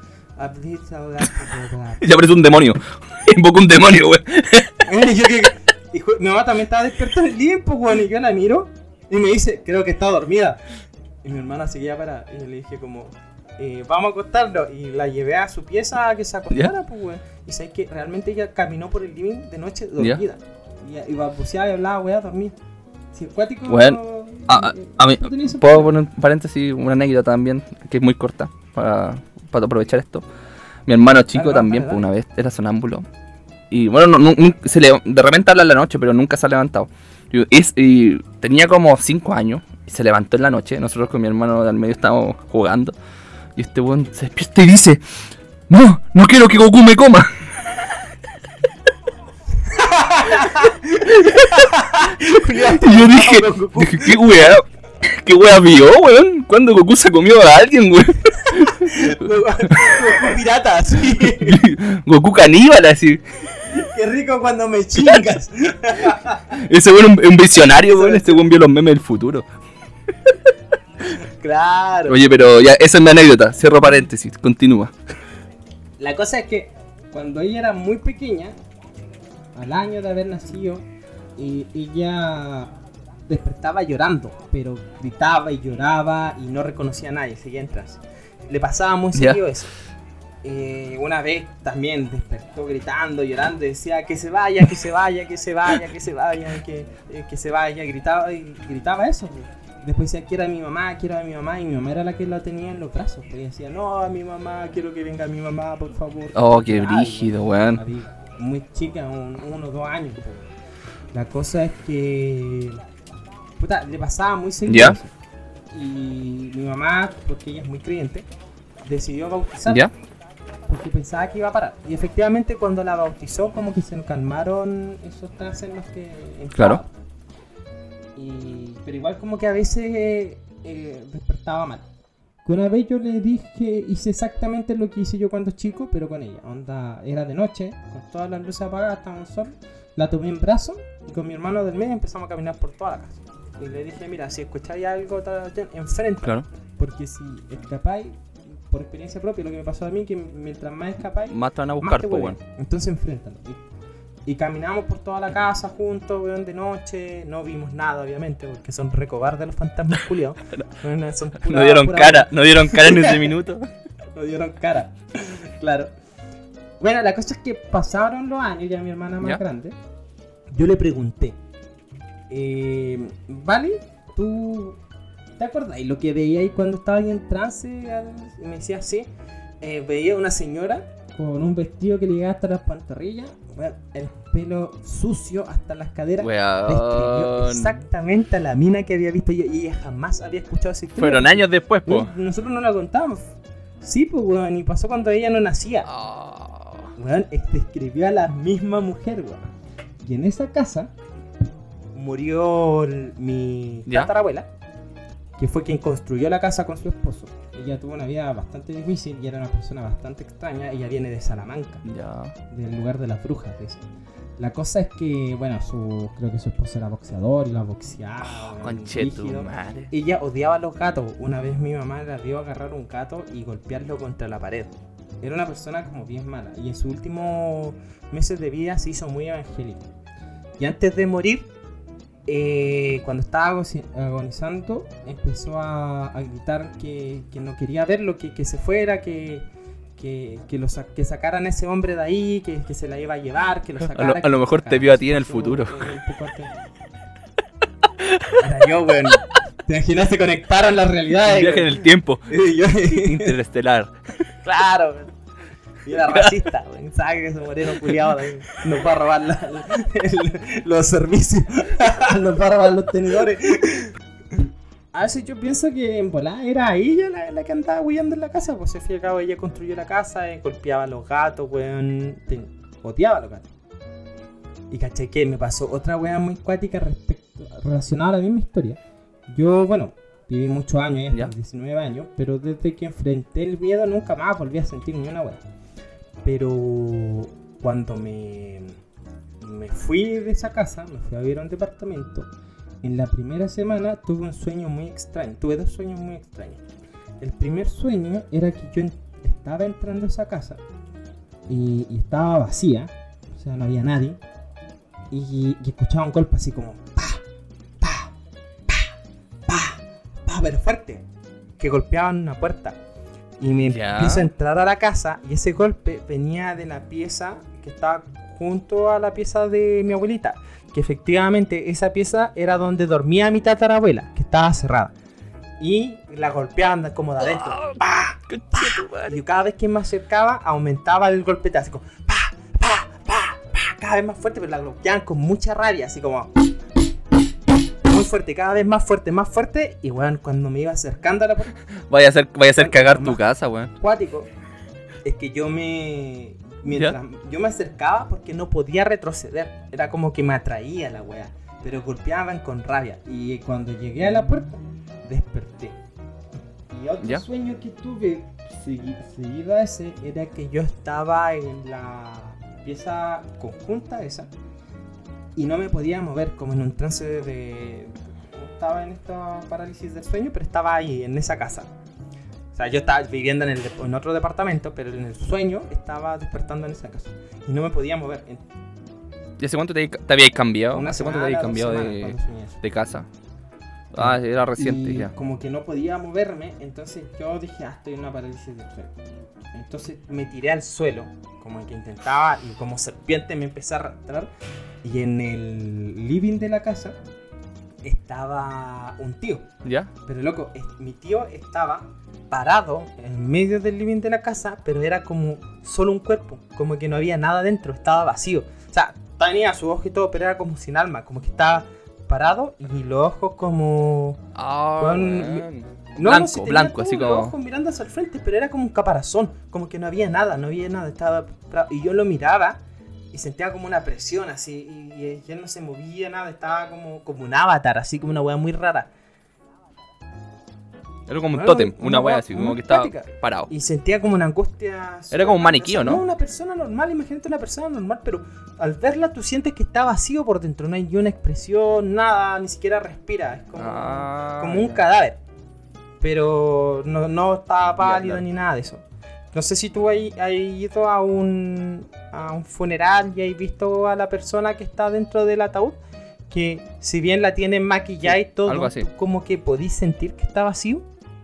Ya parece un demonio. Invoca un demonio, weón. Y yo que... Y ju- mi mamá también estaba despierta en el living, pues, weón, y yo la miro y me dice, creo que está dormida. Y mi hermana seguía para y yo le dije como, eh, vamos a acostarlo. Y la llevé a su pieza a que se acostara, pues, weón. Y sabes que realmente ella caminó por el living de noche dormida. Yeah. Y, y balbuceaba y hablaba, weá, dormida. Si el cuático... Bueno, a, a mí, puedo poner un paréntesis, una anécdota también, que es muy corta, para, para aprovechar esto. Mi hermano chico dale, también, dale, dale. Pues una vez era sonámbulo. Y bueno, no, no, se le, de repente habla en la noche, pero nunca se ha levantado. Y, es, y tenía como cinco años y se levantó en la noche. Nosotros con mi hermano al medio estábamos jugando. Y este weón se despierta y dice: No, no quiero que Goku me coma. Y yo dije, dije ¿qué weá? ¿Qué weá vio, weón? ¿Cuándo Goku se comió a alguien, weón? Goku pirata, sí. Goku caníbal, así. Qué rico cuando me chingas. Ese weón es un visionario, weón. Este weón vio los memes del futuro. Claro. Oye, pero ya, esa es mi anécdota. Cierro paréntesis, continúa. La cosa es que cuando ella era muy pequeña, al año de haber nacido, y ella despertaba llorando, pero gritaba y lloraba y no reconocía a nadie, seguía en trance. Le pasaba muy seguido eso. Eh, una vez también despertó gritando, llorando, decía que se vaya, que se vaya, que se vaya, que se vaya, que, eh, que se vaya, gritaba y gritaba eso. Después decía, quiero a mi mamá, quiero a mi mamá, y mi mamá era la que la tenía en los brazos. Y decía, no, a mi mamá, quiero que venga mi mamá, por favor. Oh, qué brígido, weón. Muy chica, un, uno o dos años. Pues. La cosa es que puta, le pasaba muy seguido. ¿Ya? Y mi mamá, porque ella es muy creyente, decidió bautizarla. ¿Ya? Porque pensaba que iba a parar. Y efectivamente cuando la bautizó, como que se calmaron esos trances en los que entraba. Claro. Y, pero igual como que a veces eh, eh, despertaba mal. Una vez yo le dije, hice exactamente lo que hice yo cuando chico, pero con ella. Onda, era de noche, con todas las luces apagadas, estaba en sol. La tomé en brazos y con mi hermano del medio empezamos a caminar por toda la casa. Y le dije, mira, si escucháis algo, enfrente. Claro. Porque si escapáis, por experiencia propia, lo que me pasó a mí, que mientras más escapáis, más te van a buscar, pues bueno. Entonces enfréntalo. Y, y caminamos por toda la casa juntos, weón, de noche. No vimos nada, obviamente, porque son recobardes los fantasmas culiados. no, no, no dieron cara, no dieron cara en ese minuto. No dieron cara, claro. Bueno, la cosa es que pasaron los años, ya mi hermana más ¿Ya? grande. Yo le pregunté, eh, ¿vale? ¿Tú te acordáis lo que veía ahí cuando estaba ahí en trance? Y me decía, sí. Eh, veía una señora con un vestido que le llegaba hasta las pantorrillas, bueno, el pelo sucio hasta las caderas. Describió exactamente a la mina que había visto yo y ella jamás había escuchado esa historia. Fueron años después, pues. Nosotros no la contábamos. Sí, pues, weón, y pasó cuando ella no nacía. Oh. Weón, describió a la misma mujer, weón. Y en esa casa murió el, mi ¿Ya? tatarabuela, que fue quien construyó la casa con su esposo. Ella tuvo una vida bastante difícil y era una persona bastante extraña. Ella viene de Salamanca, ya. del lugar de las brujas, dice. La cosa es que, bueno, su creo que su esposo era boxeador y la boxeaba. Oh, conchetu, madre. Ella odiaba a los gatos. Una vez mi mamá la vio agarrar un gato y golpearlo contra la pared. Era una persona como bien mala. Y en sus últimos meses de vida se hizo muy evangélico. Y antes de morir, eh, cuando estaba agonizando, empezó a, a gritar que, que no quería verlo, que, que se fuera, que... Que, que, lo, que sacaran a ese hombre de ahí, que, que se la iba a llevar, que lo sacara. A lo, a lo mejor te vio a ti en el futuro. Era yo, weón. ¿Te imaginas? Se conectaron las realidades. Viaje en el tiempo. Interestelar. Claro, weón. Y era racista, weón. Sabe que ese moreno culiado nos va a robar la, la, el, los servicios. Nos va a robar los tenedores. A veces yo pienso que en volada era ella la, la que andaba huyendo en la casa, pues al fin y al cabo ella construyó la casa, eh, golpeaba a los gatos, weón, te, boteaba a los gatos. Y caché que me pasó otra weá muy cuática respecto, relacionada a la misma historia. Yo, bueno, viví muchos años, ya hasta diecinueve años, pero desde que enfrenté el miedo nunca más volví a sentir ni una weá. Pero cuando me, me fui de esa casa, me fui a vivir a un departamento. En la primera semana tuve un sueño muy extraño. Tuve dos sueños muy extraños. El primer sueño era que yo en- estaba entrando a esa casa y, y estaba vacía. O sea, no había nadie. Y, y escuchaba un golpe así como pa, pa, pa, pa, pa, pero fuerte. Que golpeaban una puerta. Y me Ya. empiezo a entrar a la casa y ese golpe venía de la pieza que estaba junto a la pieza de mi abuelita. Que efectivamente esa pieza era donde dormía mi tatarabuela, que estaba cerrada. Y la golpeaban como de adentro. ¡Pah! ¡Pah! Y yo cada vez que me acercaba aumentaba el golpetazo. Así como ¡pah! ¡pah! ¡pah! ¡pah! Cada vez más fuerte, pero la golpeaban con mucha rabia. Así como... muy fuerte, cada vez más fuerte, más fuerte. Y weón, cuando me iba acercando a la puerta, Vaya a hacer, vaya a hacer Bueno, cagar más- tu casa, weón. acuático, es que yo me. Mientras yo me acercaba porque no podía retroceder. Era como que me atraía la weá. Pero golpeaban con rabia. Y cuando llegué a la puerta, desperté. Y otro ¿Ya? sueño que tuve segui- seguido a ese era que yo estaba en la pieza conjunta esa. Y no me podía mover, como en un trance de... Estaba en esta parálisis del sueño, pero estaba ahí, en esa casa. O sea, yo estaba viviendo en, el, en otro departamento, pero en el sueño estaba despertando en esa casa. Y no me podía mover. En ¿Y hace cuánto te, te habíais cambiado? una ¿Hace cuánto semana, te habíais dos cambiado semanas de, cuando soñé eso. de casa? Ah, era reciente Y ya. como que no podía moverme, entonces yo dije, ah, estoy en una parálisis del sueño. Entonces me tiré al suelo, como que intentaba, y como serpiente me empecé a arrastrar. Y en el living de la casa estaba un tío. ¿Ya? Pero loco, es- mi tío estaba parado en medio del living de la casa, pero era como solo un cuerpo, como que no había nada dentro, estaba vacío. O sea, tenía su ojo y todo, pero era como sin alma, como que estaba parado y los ojos como... Ah, Weón, weón. No, blanco, no, sí tenía blanco, como así los como... ojos mirando hacia el frente, pero era como un caparazón, como que no había nada, no había nada, estaba... Y yo lo miraba y sentía como una presión así, y, y él no se movía nada, estaba como, como un avatar, así como una wea muy rara. Era como un Bueno, tótem, una una wea wea así, como muy que estaba estática. parado. Y sentía como una angustia. Era como un maniquí, ¿o no? No, una persona normal, imagínate una persona normal, pero al verla tú sientes que está vacío por dentro, no hay ni una expresión, nada, ni siquiera respira, es como, Ah, como un ya. cadáver. Pero no, no estaba pálido ya. ni nada de eso. No sé si tú has has ido a un, a un funeral y has visto a la persona que está dentro del ataúd, que si bien la tienen maquillada Sí, y todo, algo así. tú como que podís sentir que está vacío.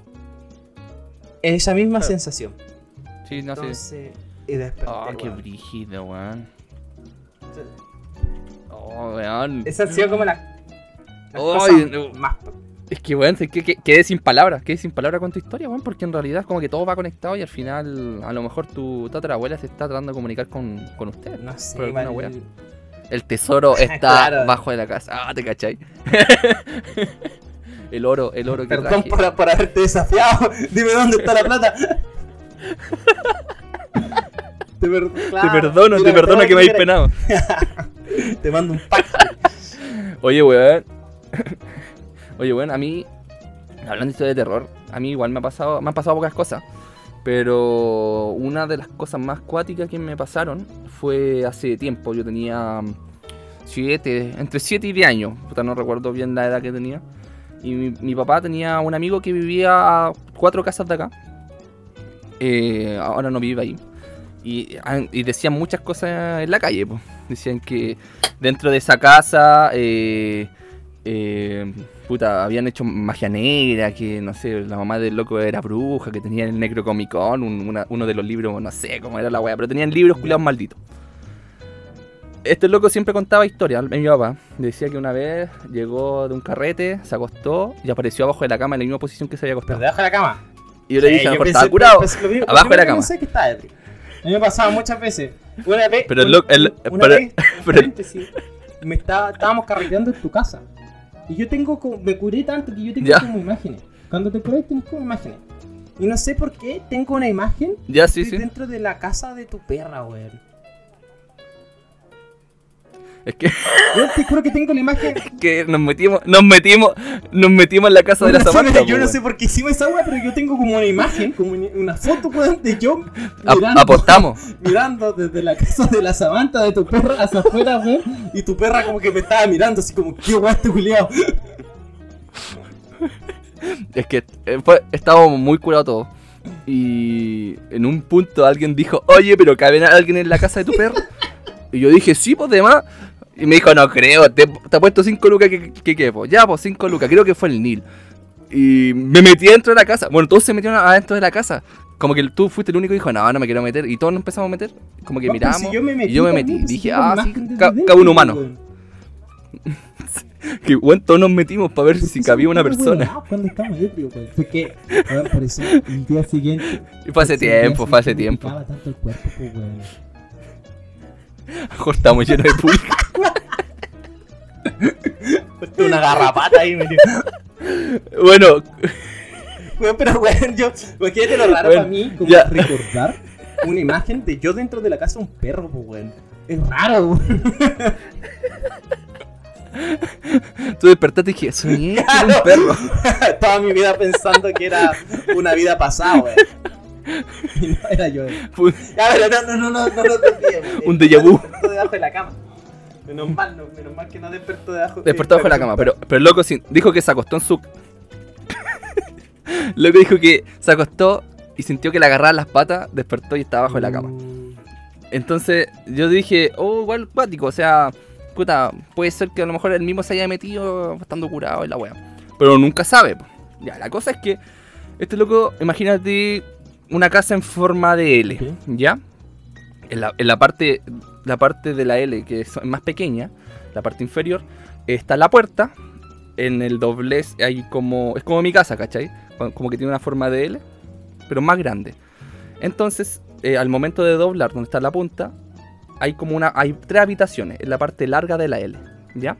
Esa misma Claro. sensación. Sí, no sé. Entonces, y desperté, Oh, qué weón. brígido, weón. Oh, weón. Esa ha sido como la, las Ay, cosas no. más... Es que, weón, sé que, que- quedé sin palabras, quedé sin palabras con tu historia, weón, porque en realidad es como que todo va conectado y al final, a lo mejor tu tatarabuela se está tratando de comunicar con, con usted. No sé, por alguna igual- wea. El tesoro está Claro. bajo de la casa. Ah, te cachai. el oro, el oro que Perdón traje. por, por haberte desafiado. Dime dónde está la plata. te, per- Te claro, perdono, te mira, perdono te que me hayas mira, penado. Te mando un pack. Oye, weón. Oye, weón, a mí, hablando de historia de terror, a mí igual me ha pasado, me han pasado pocas cosas. Pero una de las cosas más cuáticas que me pasaron fue hace tiempo. Yo tenía siete, entre siete y diez años. Puta, no recuerdo bien la edad que tenía. Y mi, mi papá tenía un amigo que vivía a cuatro casas de acá. Eh, ahora no vive ahí. Y, y decían muchas cosas en la calle, pues. Decían que dentro de esa casa, eh, eh, puta, habían hecho magia negra, que no sé, la mamá del loco era bruja, que tenía el Necrocomicon, un, una, uno de los libros, no sé cómo era la wea, pero tenían libros culiados malditos. Este loco siempre contaba historias, mi papá. Decía que una vez llegó de un carrete, se acostó y apareció abajo de la cama en la misma posición que se había Pero acostado. debajo de la cama. Y yo le Sí, dije, a lo mejor pensé- estaba curado, pensé lo mismo- lo abajo de la primero que cama. pensé que estaba ebrio. A mí me ha pasado muchas veces. Una vez, Pero el un- loco- el- una pero- vez, pero- paréntesis, me estaba, estábamos carreteando en tu casa. Y yo tengo como, me curé tanto que yo tengo Ya. como imágenes. Cuando te curas tienes como imágenes. Y no sé por qué tengo una imagen Ya, sí, de- sí. dentro de la casa de tu perra, weón. Es que, Yo te juro que tengo la imagen. que nos metimos, nos metimos, nos metimos en la casa de la Una Samantha. sola- po, yo no weón. sé por qué hicimos esa weá, pero yo tengo como una imagen, como una- una foto, weón, de yo Ap- mirando, apostamos. mirando desde la casa de la Samantha de tu perra hacia afuera, weón. Y tu perra como que me estaba mirando, así como, ¿qué weá este culiao? Es que eh, fue, estábamos muy curados todos. Y en un punto alguien dijo, oye, pero ¿cabe alguien en la casa de tu perro? Y yo dije, sí, pues demás. Y me dijo, no creo, te, te ha puesto cinco lucas, que, que, que, pues ya, pues cinco lucas, creo que fue el Nil. Y me metí dentro de la casa. Bueno, todos se metieron adentro de la casa. como que tú fuiste el único que dijo, no, no me quiero meter. Y todos nos empezamos a meter. Como que No, miramos. pues si yo me metí y yo me también, metí. pues si Dije, yo ah, más sí, desde ca- dentro, cada uno humano. weón. Que bueno, todos nos metimos para ver si cabía una persona. No, cuando estamos ebrios, weón. Fue que, weón, por eso el día siguiente. Y fue hace el día tiempo, fue hace siguiente me tiempo. picaba tanto el cuerpo, pues, weón. Mejor estamos llenos de público. Una garrapata ahí metido. Bueno, Weón, pero weón, yo. Imagínate lo raro Bueno, para mí. Como Ya. recordar Una imagen de yo dentro de la casa de un perro, pues weón. Es raro, weón. tú despertaste y dije, soñé que era un perro. Toda mi vida pensando que era una vida pasada, weón. y no era yo. Fue Ya, pero no, no, no, no, no lo desviemos. Un déjà vu. Despertó debajo de la cama. Menos mal, no, menos mal que no despertó debajo Despertó bajo la cama, pero, pero el loco sí- dijo que se acostó en su... Loco dijo que se acostó y sintió que le agarraban las patas, despertó y estaba abajo de la cama. Entonces yo dije, oh, igual cuático, o sea, puta, puede ser que a lo mejor él mismo se haya metido estando curado en la wea. Pero nunca sabe. Po. Ya, la cosa es que este loco, imagínate una casa en forma de L, Ok. ¿ya? En la, en la parte la parte de la L que es más pequeña, la parte inferior, está la puerta. En el doblez hay como... Es como mi casa, ¿cachai? Como que tiene una forma de L, pero más grande. Entonces, eh, al momento de doblar donde está la punta, hay como una... Hay tres habitaciones en la parte larga de la L, ¿ya?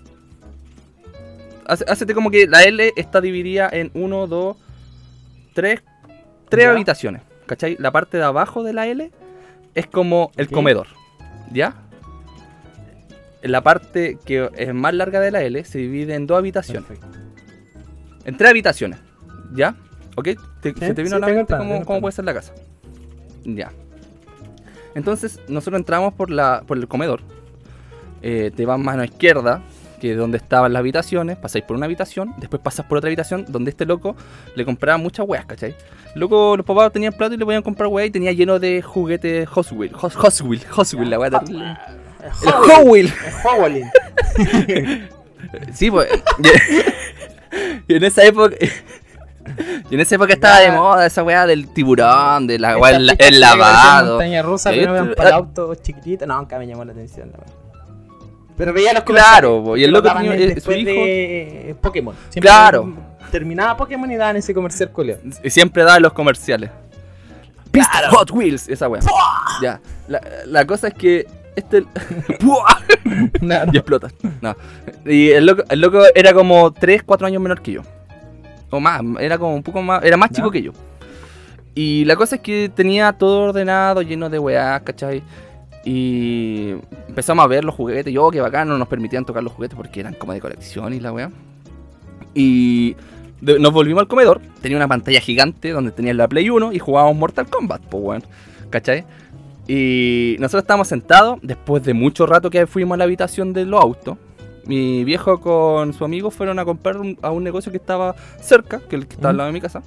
Hace- Hácete como que la L está dividida en uno, dos, tres... Tres Ya. habitaciones, ¿cachai? La parte de abajo de la L es como el Ok. comedor, ¿ya? En la parte que es más larga de la L se divide en dos habitaciones. Perfecto. En tres habitaciones, ¿ya? ¿Ok? ¿Te, ¿Se te vino sí, a la tengo mente el plan, cómo, tengo el cómo plan. puede ser la casa? Ya. Entonces, nosotros entramos por, la, por el comedor. Eh, te vas mano izquierda, que es donde estaban las habitaciones. Pasáis por una habitación, después pasas por otra habitación, donde este loco le compraba muchas weas, ¿cachai? Loco, los papás tenían plato y le podían comprar weas y tenía lleno de juguetes Hot Wheels. Hot, Hot Wheels, Hot Wheels, la wea terrible. El Hot Wheels. Howling. Sí, pues. Y en esa época. Y en esa época estaba de moda esa weá del tiburón, de la weá, el, el lavado. Montaña rusa, Y pero esto- vean para el auto chiquitito. No, nunca me llamó la atención, la verdad. Pero veía los Claro, comerciales, po, y el que loco lo daban tenía- en- eh, su después hijo- de Pokémon. Siempre Claro. Terminaba Pokémon y daban ese comercial culeo. Y siempre daba los comerciales. Pista Hot Wheels, esa weá. Ya. La, la cosa es que este. ¡Puah! Y explota. No. Y el loco, el loco era como tres, cuatro años menor que yo. O más, era como un poco más. Era más chico ¿Ya? que yo. Y la cosa es que tenía todo ordenado, lleno de weá, ¿cachai? Y empezamos a ver los juguetes. Yo, qué bacán, no nos permitían tocar los juguetes porque eran como de colección y la weá. Y de- nos volvimos al comedor. Tenía una pantalla gigante donde tenía la Play uno y jugábamos Mortal Kombat, pues weón. ¿Cachai? Y nosotros estábamos sentados. Después de mucho rato que fuimos a la habitación de los autos, mi viejo con su amigo fueron a comprar un- a un negocio que estaba cerca, que el que estaba al lado de mi casa.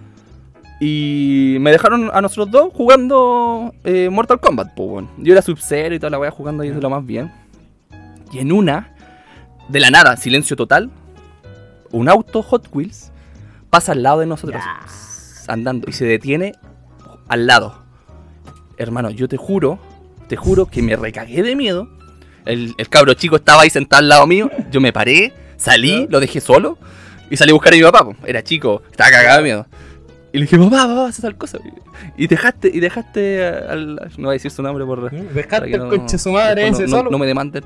Y me dejaron a nosotros dos jugando eh, Mortal Kombat, pues bueno. Yo era Sub-Zero y toda la wea jugando ahí de lo más bien. Y en una, de la nada, silencio total, un auto Hot Wheels pasa al lado de nosotros, andando, y se detiene al lado. Hermano, yo te juro, te juro que me recagué de miedo. El, el cabro chico estaba ahí sentado al lado mío. Yo me paré, salí, lo dejé solo y salí a buscar a mi papá. Po. Era chico, estaba cagado de miedo. Y le dije, papá, papá, haz tal cosa. Y dejaste, y dejaste al. No voy a decir su nombre por. para Dejaste que el no- conche su madre después ese no, no- solo. no me demanden.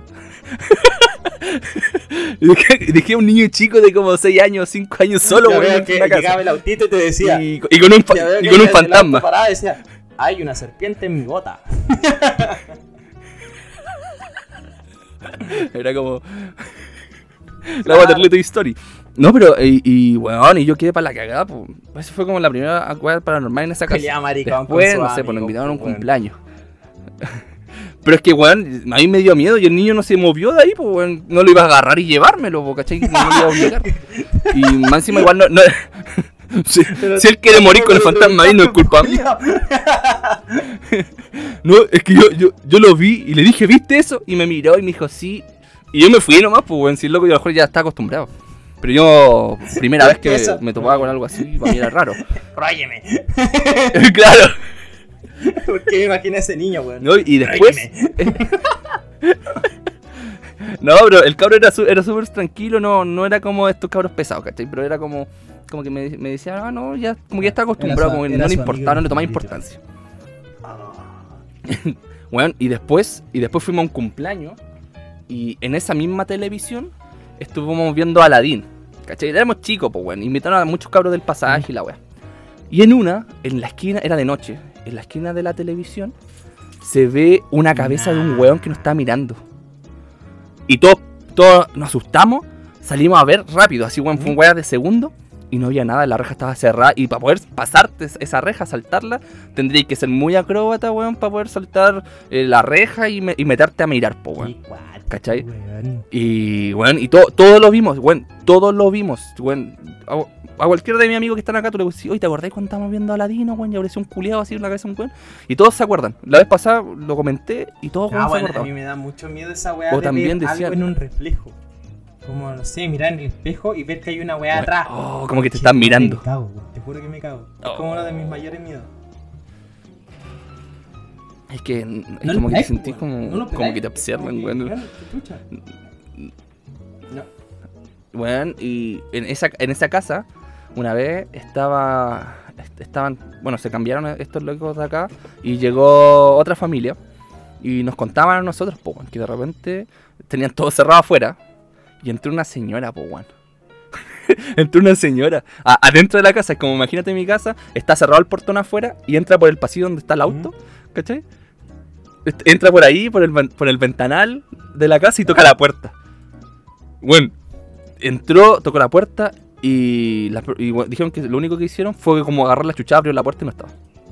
Y dejé, dejé a un niño chico de como seis años, cinco años solo, Ya weón, veo en que una casa. llegaba el autito y te decía. Y, y con un, fa- ya veo y que con un el- el auto fantasma. paraba y decía, hay una serpiente en mi bota. Era como. La Waterloo Toy Story. No, pero, y, y weón, y yo quedé para la cagada, pues. Eso fue como la primera weá paranormal en esa casa. Pelea maricón Después, con no su sé, pues nos amigo, invitaron a un pues, weón. cumpleaños. Pero es que, weón, a mí me dio miedo y el niño no se movió de ahí, pues, weón. No lo iba a agarrar y llevármelo, po, ¿cachai? No lo iba a obligar. Y más encima, igual no. no si, Pero- si él quiere morir con el pero- fantasma ahí, no es culpa mía. No, es que yo, yo, yo lo vi y le dije, ¿viste eso? Y me miró y me dijo, sí. Y yo me fui nomás, pues, weón. Si el loco, yo a lo mejor ya está acostumbrado. Pero yo, primera vez que Eso. me topaba con algo así, para mí era raro. Róyeme. Claro. Porque me imaginé a ese niño, weón. ¿No? Y después... No, pero el cabro era su- era súper tranquilo, no, no era como estos cabros pesados, ¿cachai? Pero era como, como que me, me decía, ah, no, ya, como que ya está acostumbrado, su- como que era no le su importaba, no le amigo tomaba favorito. importancia. Bueno, y después, y después fuimos a un cumpleaños, y en esa misma televisión estuvimos viendo Aladdin, ¿cachai? Éramos chicos, pues, bueno, invitaron a muchos cabros del pasaje y la weá. Y en una, en la esquina, era de noche, en la esquina de la televisión, se ve una cabeza de un weón que nos está mirando. Y todos, todos nos asustamos, salimos a ver rápido, así weón, fue un weón de segundo, y no había nada, la reja estaba cerrada, y para poder pasarte esa reja, saltarla, tendrías que ser muy acróbata, weón, para poder saltar eh, la reja y, me- y meterte a mirar, po, weón. Qué cuático, ¿Cachai? weón. Y, weón, y todo, todos lo vimos, weón, todos lo vimos, weón. A, a cualquiera de mis amigos que están acá, tú le dices, oye, ¿te acordás cuando estábamos viendo a Aladino, weón? Y apareció un culiado así en la cabeza de un weón. Y todos se acuerdan. La vez pasada lo comenté y todos Ah, weón, se bueno, a acordaban. mí me da mucho miedo esa weá O de también ver decían- algo en un reflejo. Como, no sé, mirar en el espejo y ver que hay una weá Weón, atrás. oh, como que te Che, están me mirando. cago, weón, te juro que me cago. Es Oh. como uno de mis mayores miedos. Es que es No como lo que te pegáis, sentís weón. como, No lo como pegáis, que te como observan, que, weón. weón, qué chucha. No. Weón, y en esa, en esa casa, una vez estaba. est- Estaban. Bueno, se cambiaron estos locos de acá. Y llegó otra familia. Y nos contaban a nosotros, po, weón, que de repente tenían todo cerrado afuera. Y entró una señora, po, weón. Entró una señora. A- adentro de la casa, es como imagínate mi casa, está cerrado el portón afuera y entra por el pasillo donde está el auto, ¿cachai? Est- Entra por ahí, por el, ven- por el ventanal de la casa y toca la puerta. Bueno, entró, tocó la puerta y, la- y, bueno, dijeron que lo único que hicieron fue como agarrar la chucha, abrió la puerta y no estaba.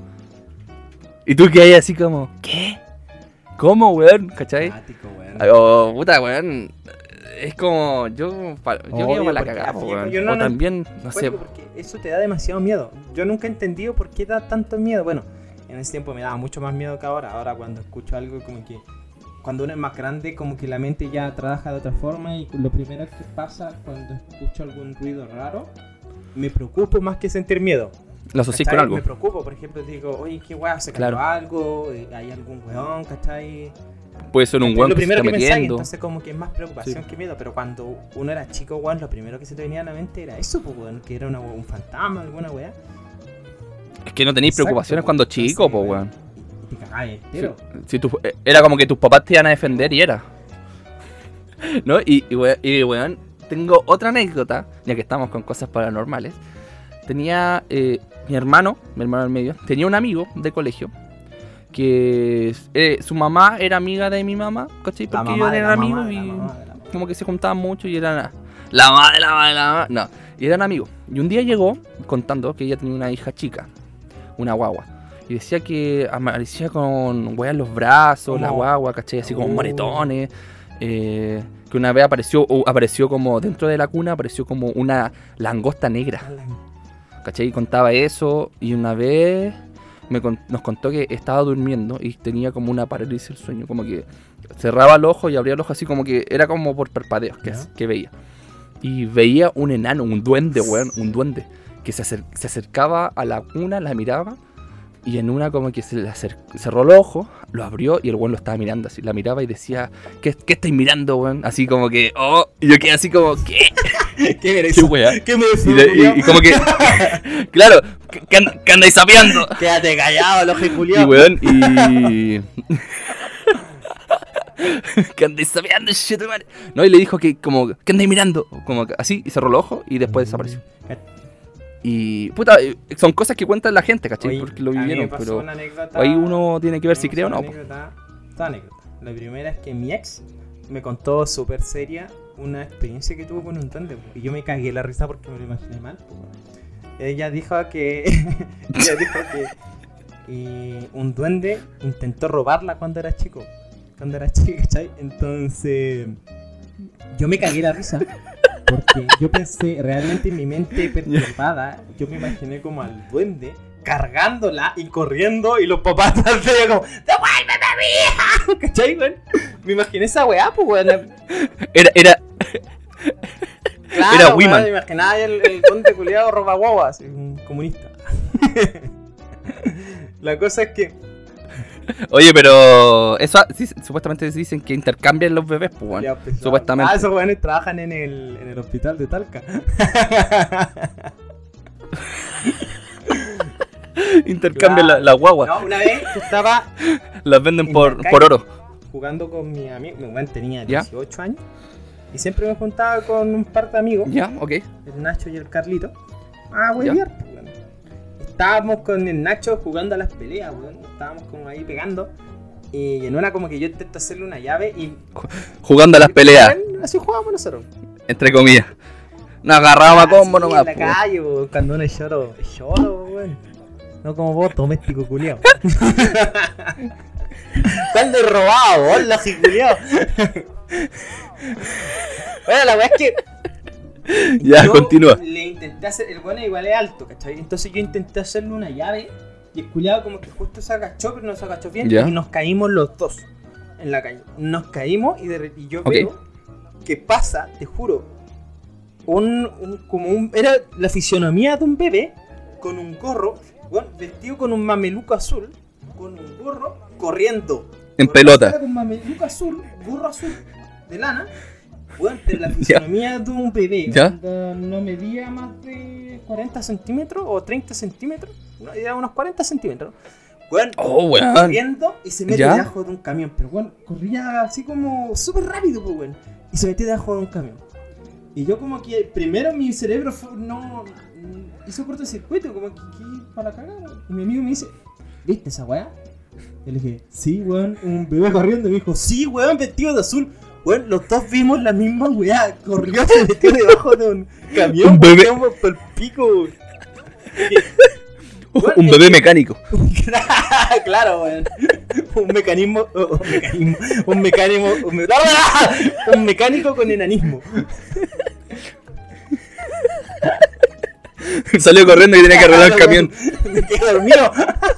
Y tú que hay así como, ¿qué? ¿Cómo, weón? ¿Cachai? Cuático, weón. Ay, oh, puta, weón. Es como, yo, pa- yo Obvio, quedo para la porque cagada, así, weón. yo no O lo- también, no sé. Cuático, porque eso te da demasiado miedo. Yo nunca he entendido por qué da tanto miedo. Bueno, en ese tiempo me daba mucho más miedo que ahora. Ahora cuando escucho algo como que... Cuando uno es más grande, como que la mente ya trabaja de otra forma y lo primero que pasa cuando escucho algún ruido raro, me preocupo más que sentir miedo. Lo asocié con ¿Cachai? algo. Me preocupo, por ejemplo, digo, oye, qué weá, se cayó Claro. algo, eh, hay algún weón, ¿cachai? Puede ser un ¿Cachai? weón Lo que se primero está que pensáis, metiendo. entonces como que es más preocupación Sí. que miedo, pero cuando uno era chico, weón, lo primero que se te venía a la mente era eso, pues, weón, que era una, un fantasma, alguna weá. Es que no tenéis Exacto, preocupaciones po. cuando chico, Entonces, po, weón, weón. Y te cagáis Sí, entero. si tu- eh, era como que tus papás te iban a defender y era. ¿No? Y, y, we- y, weón, tengo otra anécdota, ya que estamos con cosas paranormales. Tenía eh, mi hermano, mi hermano del medio, tenía un amigo de colegio que eh, su mamá era amiga de mi mamá, ¿cachai? La Porque mamá ellos de eran la amigos mamá de y la mamá de la mamá. como que se juntaban mucho y eran la mamá de la mamá de la mamá. No, y eran amigos. Y un día llegó contando que ella tenía una hija chica, una guagua. Y decía que aparecía con weas en los brazos, la ¿Cómo? guagua, ¿cachai? Así como Oh. moretones. eh, que una vez apareció, o apareció como dentro de la cuna, apareció como una langosta negra. ¿Cachai? Y contaba eso. Y una vez me con- nos contó que estaba durmiendo y tenía como una parálisis del sueño. Como que cerraba el ojo y abría el ojo así como que era como por parpadeos que, ¿Ya? que veía. Y veía un enano, un duende, weón, un duende. Que se, acer- se acercaba a la cuna, la miraba. Y en una como que se le acer- cerró el ojo, lo abrió y el weón lo estaba mirando así. La miraba y decía, ¿qué, qué estáis mirando, weón? Así como que, oh, y yo quedé así como, ¿qué? ¿Qué eres? ¿Qué wea? ¿Qué me Y, de- y- y como que, claro, ¿qué, qué and- qué andáis sapeando? Quédate callado, loco Y culiao. weón, y... ¿Qué andáis sapeando, shit, madre? No, y le dijo que como, ¿qué andáis mirando? Como que así, y cerró el ojo y después desapareció. Y, puta, eh, son cosas que cuenta la gente, ¿cachai? Oye, Porque lo a mí me vivieron, pasó pero una anécdota- ahí uno tiene que ver si Tenemos cree o una no, po. anécdota- Dos anécdotas. La primera es que mi ex me contó súper seria una experiencia que tuvo con un duende. Y yo me cagué la risa porque me lo imaginé mal. Ella dijo que. ella dijo que eh, un duende intentó robarla cuando era chico. Cuando era chica, ¿cachai? Entonces. Yo me cagué la risa. Porque yo pensé, realmente en mi mente perturbada, yo me imaginé como al duende cargándola y corriendo y los papás atrás de ella como ¡devuélveme a mi hija! ¿Cachai, güey? Me imaginé esa weá, pues, weón. Era, era... Claro, Era weón, Wiman. imaginaba el, el conde culiado roba guaguas, un comunista. La cosa es que Oye, pero eso sí, supuestamente dicen que intercambian los bebés, pues, weón. ya, pues, Supuestamente. Ah, esos weones trabajan en el, en el hospital de Talca. Intercambian Claro. la, la guagua. No, una vez yo estaba Las venden en por, la por calle, oro. jugando con mi amigo, mi weón tenía ¿Ya? dieciocho años, y siempre me juntaba con un par de amigos, Ya, ok. el Nacho y el Carlito. Ah, Ya. weón, pues, weón. Estábamos con el Nacho jugando a las peleas, weón. Estábamos como ahí pegando. Y en una como que yo intenté hacerle una llave y... Jugando a las peleas, Weón, así jugábamos nosotros. entre comillas. Nos agarramos a combo Así, nomás, en la pues. calle, weón, cuando uno es lloro. Es lloro, weón. No como vos, doméstico culiao. ¿Cuál de robado? Hola, si culiao. Bueno, la weá es que... Ya, yo continúa. Le intenté hacer, el bueno igual es alto, ¿cachai? Entonces yo intenté hacerle una llave y el culiado como que justo se agachó, pero no se agachó bien, Ya. y nos caímos los dos en la calle. Nos caímos y, de, y yo Ok. veo que pasa, te juro, un, un como un era la fisionomía de un bebé con un gorro, bueno, vestido con un mameluco azul, con un gorro corriendo En Por pelota. fuera Con mameluco azul, gorro azul de lana. Bueno, pero la fisionomía de un bebé. ¿Ya? onda, No medía más de cuarenta centímetros o treinta centímetros. No, era unos cuarenta centímetros. Bueno, Oh, weón. corriendo y se mete ¿Ya? debajo de un camión. Pero bueno, corría así como súper rápido, pues bueno. Y se metió debajo de un camión. Y yo como que primero mi cerebro fue, no hizo cortocircuito, como que, que para la cagada. Y mi amigo me dice, ¿viste esa weá? Y le dije, sí, weón, un bebé corriendo. Y me dijo, sí, weón, vestido de azul. Weón, los dos vimos la misma weá. Corrió, se metió debajo de un camión. Un bebé. Quedamos por el pico, weón. Bueno, Un es bebé que- mecánico. Claro, weón. Un mecanismo, oh, un mecanismo, un mecanismo, un, me- un mecánico con enanismo. Salió corriendo y tenía que arreglar el camión. Me quedé dormido.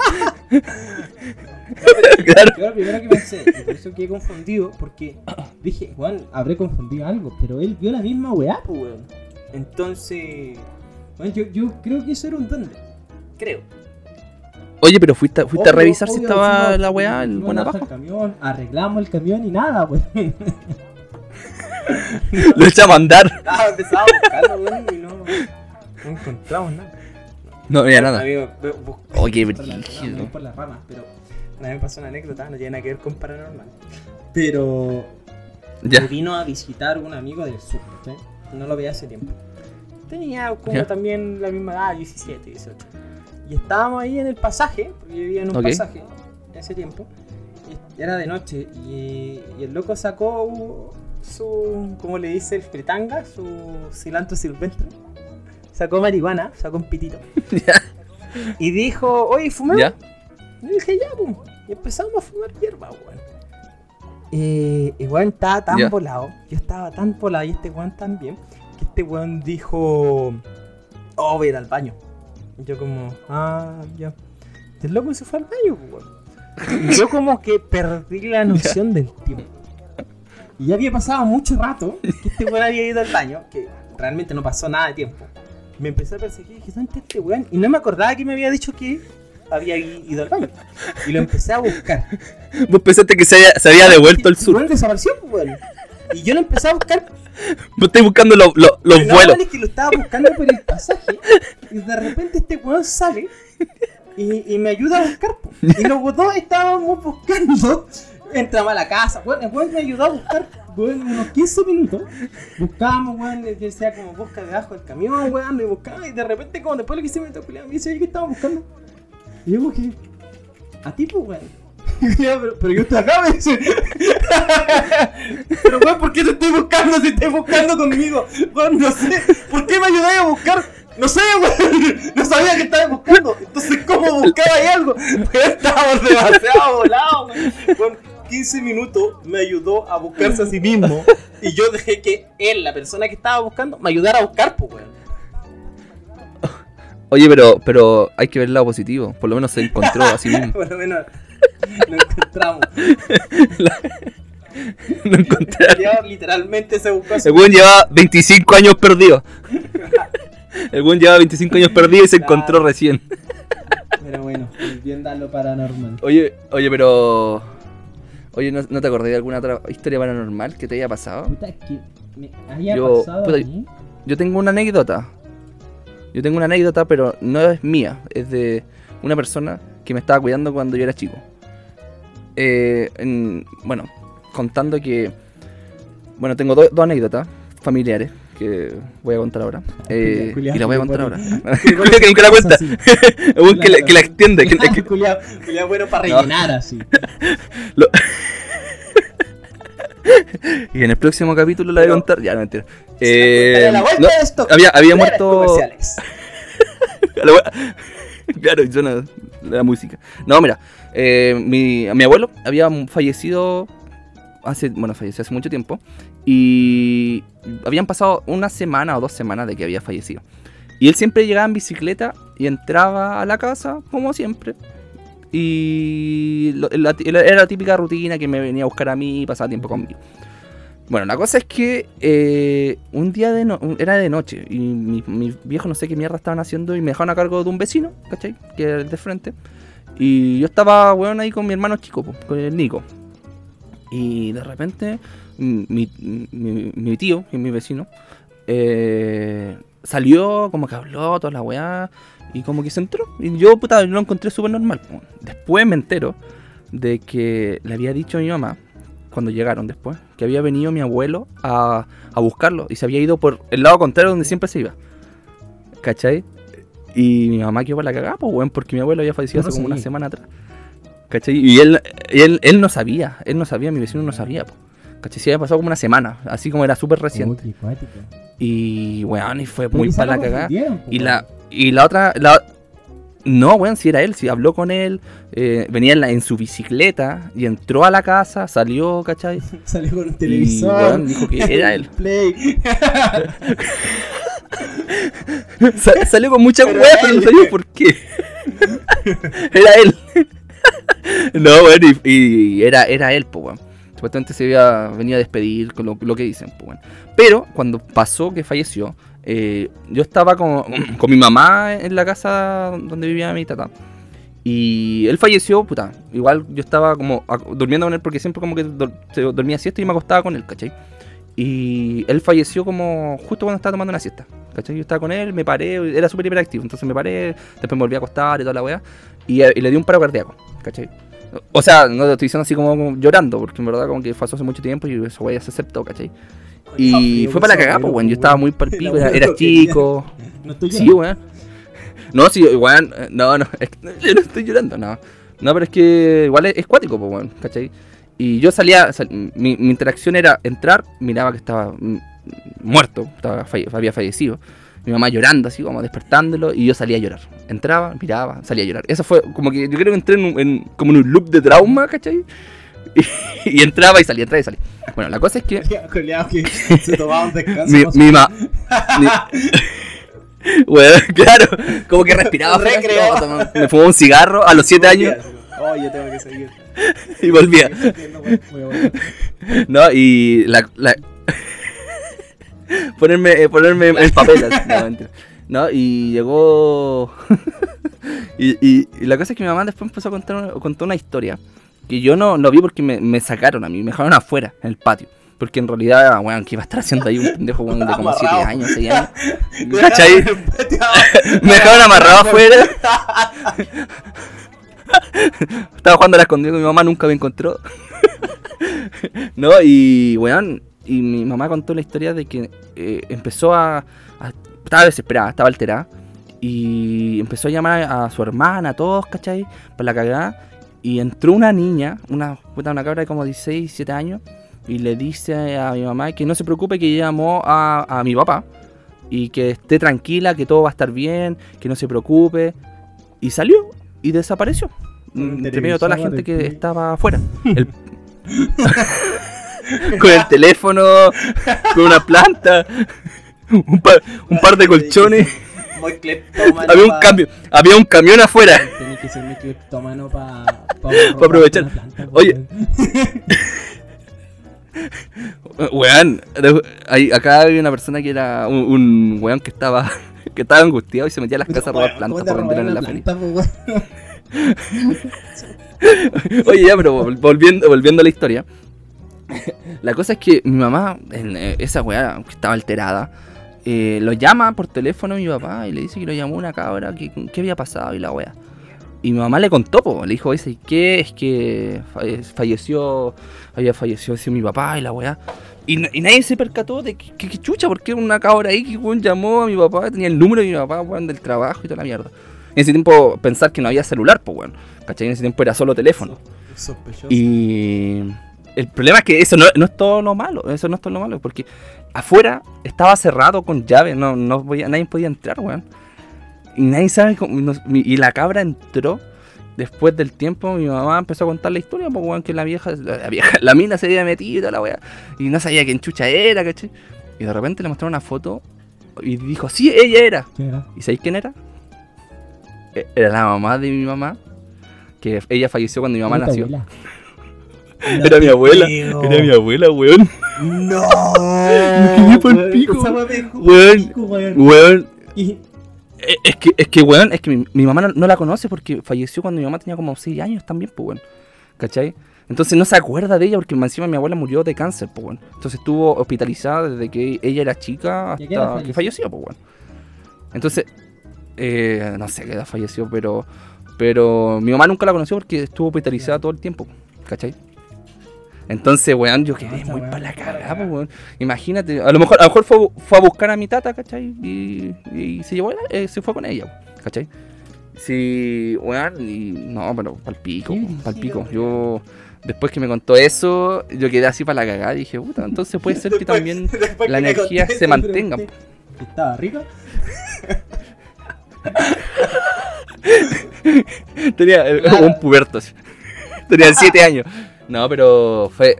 Claro. Yo lo primero que pensé, y por eso quedé confundido, porque dije, Juan, habré confundido algo, pero él vio la misma weá, pues, weón. Entonces, bueno, yo, yo creo que eso era un duende. Creo. Oye, pero fuiste, fuiste a Obvio, revisar si obvio, estaba fuimos- la weá, el fuimos buen a abajo. el camión, arreglamos el camión y nada, weón. Lo echamos a andar. Ah, empezaba a buscarlo, weón, y no, no encontramos nada. No había nada. Amigo, bu- bu- Oh, qué por la- brígido. no por las ramas, pero una vez me pasó una anécdota, no tiene nada que ver con paranormal. Pero me Ya. vino a visitar un amigo del sur, ¿cachai? No lo veía hace tiempo. Tenía como Ya. también la misma edad, diecisiete, dieciocho. Y estábamos ahí en el pasaje, porque yo vivía en un Ok. pasaje en ese tiempo. Y era de noche y, y el loco sacó su, como le dice el fritanga, su cilantro silvestre. Sacó marihuana, sacó un pitito. Ya. Y dijo, oye, fumemos. Ya. Y dije, ya, pum. Y empezamos a fumar hierba, weón. Eh, el weón estaba tan Ya. volado. Yo estaba tan volado y este weón también. Que este weón dijo, oh, voy a ir al baño. Y yo como, ah, ya. El loco se fue al baño, weón. Y yo como que perdí la noción del tiempo. Y ya había pasado mucho rato que este weón había ido al baño, que realmente no pasó nada de tiempo. Me empecé a perseguir y dije, ¿dónde está este weón? Y no me acordaba que me había dicho que había ido al baño. Y lo empecé a buscar. Vos pensaste que se, haya- se había devuelto el El sur. weón desapareció, pues, weón. Y yo lo empecé a buscar. Vos estáis buscando lo- lo- los Lo vuelos. normal es que lo estaba buscando por el pasaje. Y de repente este weón sale y, y me ayuda a buscar. Po. Y los dos estábamos buscando. Entramos a la casa. Weón, el weón me ayudó a buscar. Weón, unos quince minutos. Buscábamos, weón. Yo decía como busca debajo del camión, weón. Y buscaba. Y de repente, como después lo que se me tocó, me dice, oye, ¿qué estábamos buscando? Y yo, como que. A ti, pues, weón. Ya, pero, pero yo estoy acá, me dice. Pero, weón, ¿por qué te estoy buscando si estás buscando conmigo? Weón, no sé. ¿Por qué me ayudáis a buscar? No sé, weón. No sabía que estabas buscando. Entonces, ¿cómo buscaba ahí algo? Weón, estábamos demasiado volados, weón. Weón, quince minutos me ayudó a buscarse a sí mismo. Y yo dejé que él, la persona que estaba buscando, me ayudara a buscar, pues, weón. Oye, pero, pero hay que ver el lado positivo. Por lo menos se encontró a sí mismo. Por lo menos lo encontramos. Lo encontraron. Yo literalmente se buscó El weón llevaba veinticinco años perdido. El weón llevaba veinticinco años perdido y se Claro. encontró recién. Pero bueno, volviendo a lo paranormal. Oye, oye, pero... Oye, ¿no, no te acordás de alguna otra historia paranormal que te haya pasado? Puta, que me haya Yo- pasado puta, a mí. Yo tengo una anécdota. Yo tengo una anécdota, pero no es mía. Es de una persona que me estaba cuidando cuando yo era chico. Eh, en- bueno, contando que... Bueno, tengo do- dos anécdotas familiares que voy a contar ahora. Eh, Culiao, y la voy a contar culiao, ahora. Culiao que nunca la cuenta. Así. Es un que, la- que la extiende. Que, que- Culiao, culiao bueno para No. rellenar así. lo- Y en el próximo capítulo la voy a Pero- contar. Ya, no mentira. Dale Eh, la vuelta no, a esto. había, había Breves muerto. comerciales. A la wea- Claro, y suena la música. No, mira, eh, mi, mi abuelo había fallecido hace, bueno, falleció hace mucho tiempo. Y habían pasado una semana o dos semanas de que había fallecido. Y él siempre llegaba en bicicleta y entraba a la casa, como siempre. Y lo- la- era la típica rutina que me venía a buscar a mí y pasaba tiempo conmigo. Bueno, la cosa es que eh, un día de no, un- era de noche y mi, mi viejo no sé qué mierda estaban haciendo y me dejaron a cargo de un vecino, ¿cachai? Que era el de frente. Y yo estaba, weón, ahí con mi hermano chico, po, con el Nico. Y de repente mi, mi, mi- mi tío, que es mi vecino, eh, salió, como que habló toda la weá y como que se entró. Y yo, puta, lo encontré súper normal. Po. Después me entero de que le había dicho a mi mamá, cuando llegaron después, que había venido mi abuelo a, a buscarlo y se había ido por el lado contrario donde siempre se iba. ¿Cachai? Y mi mamá quedó para la cagada, pues, weón, porque mi abuelo había fallecido No hace como sabía. una semana atrás. ¿Cachai? Y él, él, él no sabía, él no sabía, mi vecino no sabía, pues. ¿Cachai? Se había pasado como una semana, así como era súper reciente. Oh, qué cuático. Y, weón, y fue Pero muy quizá para la lo cagada. confundieron, po, Y weón. la, y la otra, la, no, weón, si era él, si habló con él, eh, venía en, la- en su bicicleta y entró a la casa, salió, ¿cachai? Salió con un Y, televisor. weón, dijo que era él. Play. Sa- salió con mucha Pero weá, era pero no él. sabía por qué. Era él. No, bueno, y, y era, era él, pues, weón. Supuestamente se había venido a despedir con lo, lo que dicen, pues, weón. Pero cuando pasó que falleció, eh, yo estaba con, con mi mamá en la casa donde vivía mi tata. Y él falleció, puta. Igual yo estaba como ac- durmiendo con él porque siempre como que dor- se dormía siesta y me acostaba con él, ¿cachai? Y él falleció como justo cuando estaba tomando una siesta, ¿cachai? Yo estaba con él, me paré, era súper hiperactivo, entonces me paré, después me volví a acostar y toda la weá. Y, y le di un paro cardíaco, ¿cachai? O sea, no te estoy diciendo así como, como llorando, porque en verdad como que pasó hace mucho tiempo y esa weá se aceptó, ¿cachai? Y fue para la cagada, pues, weón. Yo estaba muy pal pico, era, era chico. No estoy Sí, weón. No, sí, weón. No, no, es que yo no estoy llorando, no. No, pero es que igual es, es cuático, pues, weón, ¿cachai? Y yo salía, sal- mi, mi interacción era entrar, miraba que estaba mm, muerto, estaba falle- había fallecido. Mi mamá llorando, así como despertándolo, y yo salía a llorar. Entraba, miraba, salía a llorar. Eso fue como que yo creo que entré en, un- en- como en un loop de trauma, ¿cachai? Y, y entraba y salía, entraba y salía. Bueno, la cosa es que Coleado que se tomaba un descanso. mi, con su- mi ma... mi- Bueno, claro, como que respiraba. Un recreo. fuera, me fumaba un cigarro a los siete años Oh, yo tengo que seguir. y volvía. Voy a volver. No, y la... la... ponerme, eh, ponerme en papel. así, No, mentira. No, y llegó... y, y, y la cosa es que mi mamá después empezó a contar una, contó una historia que yo no lo vi porque me, me sacaron a mí, me dejaron afuera, en el patio. Porque en realidad, weón, ¿qué iba a estar haciendo ahí un pendejo, weón, de como siete Amarrado. años, seis años? ¿Cachai? Me dejaron amarrado afuera. Estaba jugando a la escondida con mi mamá, nunca me encontró. No, y weón, y mi mamá contó la historia de que eh, empezó a, a- Estaba desesperada, estaba alterada. Y empezó a llamar a su hermana, a todos, ¿cachai? Para la cagada. Y entró una niña, una, puta, una cabra de como dieciséis, diecisiete años. Y le dice a mi mamá que no se preocupe, que llamó a, a mi papá. Y que esté tranquila, que todo va a estar bien, que no se preocupe. Y salió y desapareció. Un Entre medio de toda la televisor, gente que el- estaba afuera. El- con el teléfono, con una planta, un par, un par de colchones. Muy cleptómano. Había un pa- cambio, había un camión afuera. Tenía que ser muy cleptómano para Pa aprovechar. Oye. Weón, hay, acá hay una persona que era un, un weón que estaba que estaba angustiado y se metía a las casas a robar plantas para venderlas en la feria. Oye, ya, pero volviendo, volviendo a la historia. La cosa es que mi mamá, en esa weá que estaba alterada, eh, lo llama por teléfono a mi papá y le dice que lo llamó una cabra, que qué había pasado y la weá. Y mi mamá le contó, po, le dijo, dice, ¿qué? Es que falleció, había fallecido mi papá y la weá. Y, y nadie se percató de que, que, que chucha, porque era una cabra ahí que weón llamó a mi papá, tenía el número de mi papá, weón, del trabajo y toda la mierda. En ese tiempo pensar que no había celular, pues weón, ¿cachai? En ese tiempo era solo teléfono. Sospechoso. Y el problema es que eso no, no es todo lo malo, eso no es todo lo malo, porque afuera estaba cerrado con llave, no, no podía, nadie podía entrar, weón. Y nadie sabe cómo, no, y la cabra entró. Después del tiempo mi mamá empezó a contar la historia, pues weón, que la vieja, la vieja, la mina se había metido y toda la weá, y no sabía quién chucha era, ¿cachai? Y de repente le mostraron una foto y dijo, sí, ella era. ¿Quién era? ¿Y sabéis quién era? Era la mamá de mi mamá, que ella falleció cuando mi mamá nació. No, era mi abuela, tío. era mi abuela, weón. No. Me quedé por pico, weón, weón. Y Es que, es que, weón, es que mi, mi mamá no, no la conoce porque falleció cuando mi mamá tenía como seis años también, pues, weón. ¿Cachai? Entonces no se acuerda de ella porque encima mi abuela murió de cáncer, pues, weón. Entonces estuvo hospitalizada desde que ella era chica ¿Y a qué edad hasta que falleció, pues, weón. Entonces, eh, no sé a qué edad falleció, pero, pero mi mamá nunca la conoció porque estuvo hospitalizada todo el tiempo, ¿cachai? Entonces, weón, yo quedé muy para la cagada, pues, weón. Imagínate, a lo mejor, a lo mejor fue, fue a buscar a mi tata, ¿cachai? Y, y se llevó, eh, se fue con ella, ¿cachai? Sí, weón, y no, pero pa'l pico, pa'l pico. Yo, después que me contó eso, yo quedé así para la cagada y dije, puta, entonces puede ser que Después- también después la que me energía conté, se te mantenga. pregunté, ¿estaba rico? Tenía eh, Claro. un puberto, así. Tenía siete años. No, pero fue...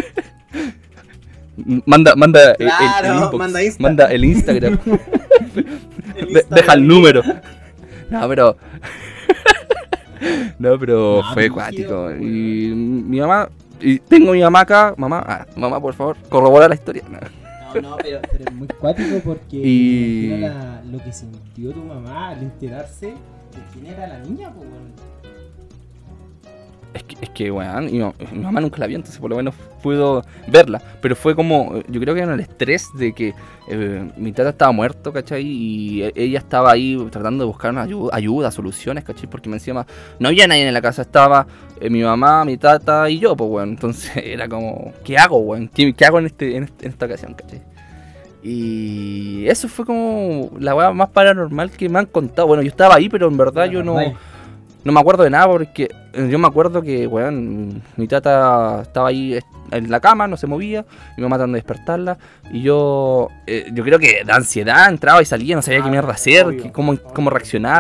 manda manda el- el- Claro, el, inbox, manda Insta. manda el Instagram. El De- deja el Instagram. número. No, pero... no, pero No, fue brígido, acuático. weón. Y mi mamá... Y tengo a mi mamá acá. Mamá, ah, mamá, por favor, corrobora la historia. No. No, no, pero, pero es muy cuático porque Y- imagina la- lo que sintió tu mamá al enterarse de quién era la niña, pues, weón. Es que, es que, weón, mi, ma- mi mamá nunca la vio, entonces por lo menos pudo verla. Pero fue como, yo creo que era el estrés de que eh, mi tata estaba muerto, ¿cachai? Y e- ella estaba ahí tratando de buscar una ayuda, ayuda, soluciones, ¿cachai? Porque me encima no había nadie en la casa, estaba eh, mi mamá, mi tata y yo, pues, weón. Entonces era como, ¿qué hago, weón? ¿Qué, qué hago en, este, en, este- en esta ocasión, ¿cachai? Y eso fue como la weá más paranormal que me han contado. Bueno, yo estaba ahí, pero en verdad yo no... No me acuerdo de nada porque eh, yo me acuerdo que, weón, mi tata estaba ahí en la cama, no se movía, mi mamá tratando de despertarla, y yo, eh, yo creo que de ansiedad entraba y salía, no sabía qué mierda hacer, qué- cómo, cómo reaccionar.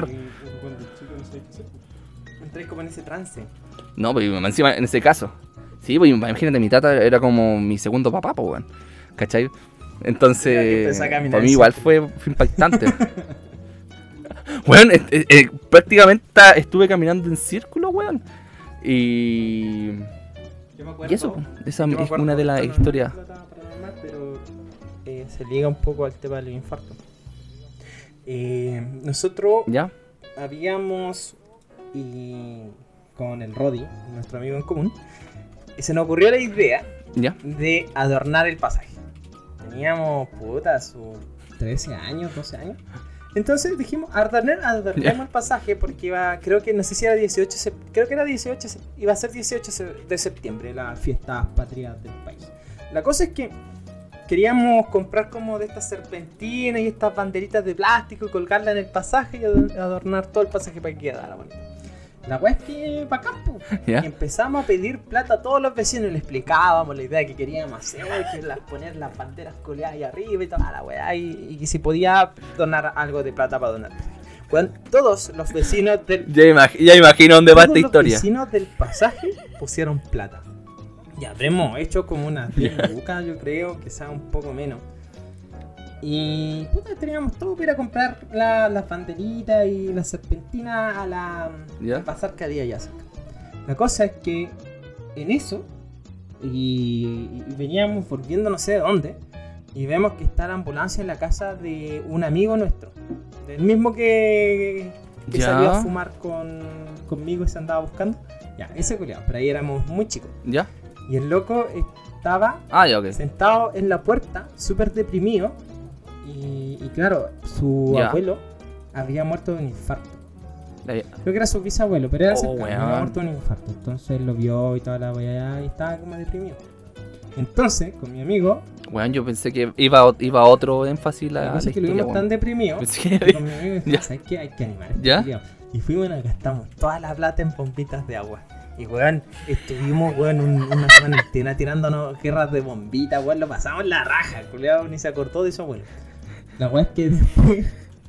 Entré como en ese trance. No, pues encima en ese caso. Sí, pues imagínate, mi tata era como mi segundo papá, pues, weón, ¿cachai? Ya que Entonces, empezó a caminar para mí en igual fue, fue impactante. Weón, eh, eh, eh, prácticamente ta- estuve caminando en círculo, weón. Y... Yo me acuerdo, Y eso, esa yo me es acuerdo una de las paranormal, historias. paranormal, pero eh, se liga un poco al tema del infarto. Eh, nosotros ¿Ya? habíamos, y con el Rodi, nuestro amigo en común, y se nos ocurrió la idea ¿Ya? de adornar el pasaje. Teníamos, puta, sus trece años, doce años. Entonces dijimos, adornar, adornemos Ya. el pasaje porque iba, creo que, no sé si era dieciocho, sep- creo que era dieciocho, sep- iba a ser dieciocho se- de septiembre, las fiestas patrias del país. La cosa es que queríamos comprar como de estas serpentinas y estas banderitas de plástico y colgarlas en el pasaje y ador- adornar todo el pasaje para que quedara bonito. La weá es que bacán, po. ¿Ya? Y empezamos a pedir plata a todos los vecinos y le explicábamos la idea que queríamos hacer, que las, poner las banderas coleadas ahí arriba y toda la weá, y, y que si podía donar algo de plata para donar. Bueno, todos los vecinos del Ya, imag- ya imagino dónde va todos esta los historia. vecinos del pasaje pusieron plata. Ya habremos hecho como unas diez lucas, yo creo, quizás un poco menos. Y puta, teníamos todo para ir a comprar la- las banderitas y las serpentinas a la ¿Ya? al bazar que había ya cerca. La cosa es que en eso y, y veníamos volviendo no sé de dónde y vemos que está la ambulancia en la casa de un amigo nuestro, del mismo que, que salió a fumar con, conmigo y se andaba buscando. Ya, ese culiao, pero ahí éramos muy chicos. ¿Ya? Y el loco estaba ah, ya, okay. sentado en la puerta, súper deprimido. Y, y claro, su ya. abuelo había muerto de un infarto. Ya. Creo que era su bisabuelo, pero era oh, cercano, había muerto de un infarto. Entonces lo vio y toda la weá y estaba como deprimido. Entonces, con mi amigo... Weón, yo pensé que iba, iba a otro énfasis la, la cosa la es que lo vimos tan deprimido que... que con mi amigo dijimos, ¿sabes qué? Hay que animar este ¿Ya? video. Y fuimos y nos gastamos toda la plata en bombitas de agua. Y weón, estuvimos weón un, una semana entera tirándonos guerras de bombitas, weón, lo pasamos la raja, el culiao ni se acordó de eso, weón. La weón es que después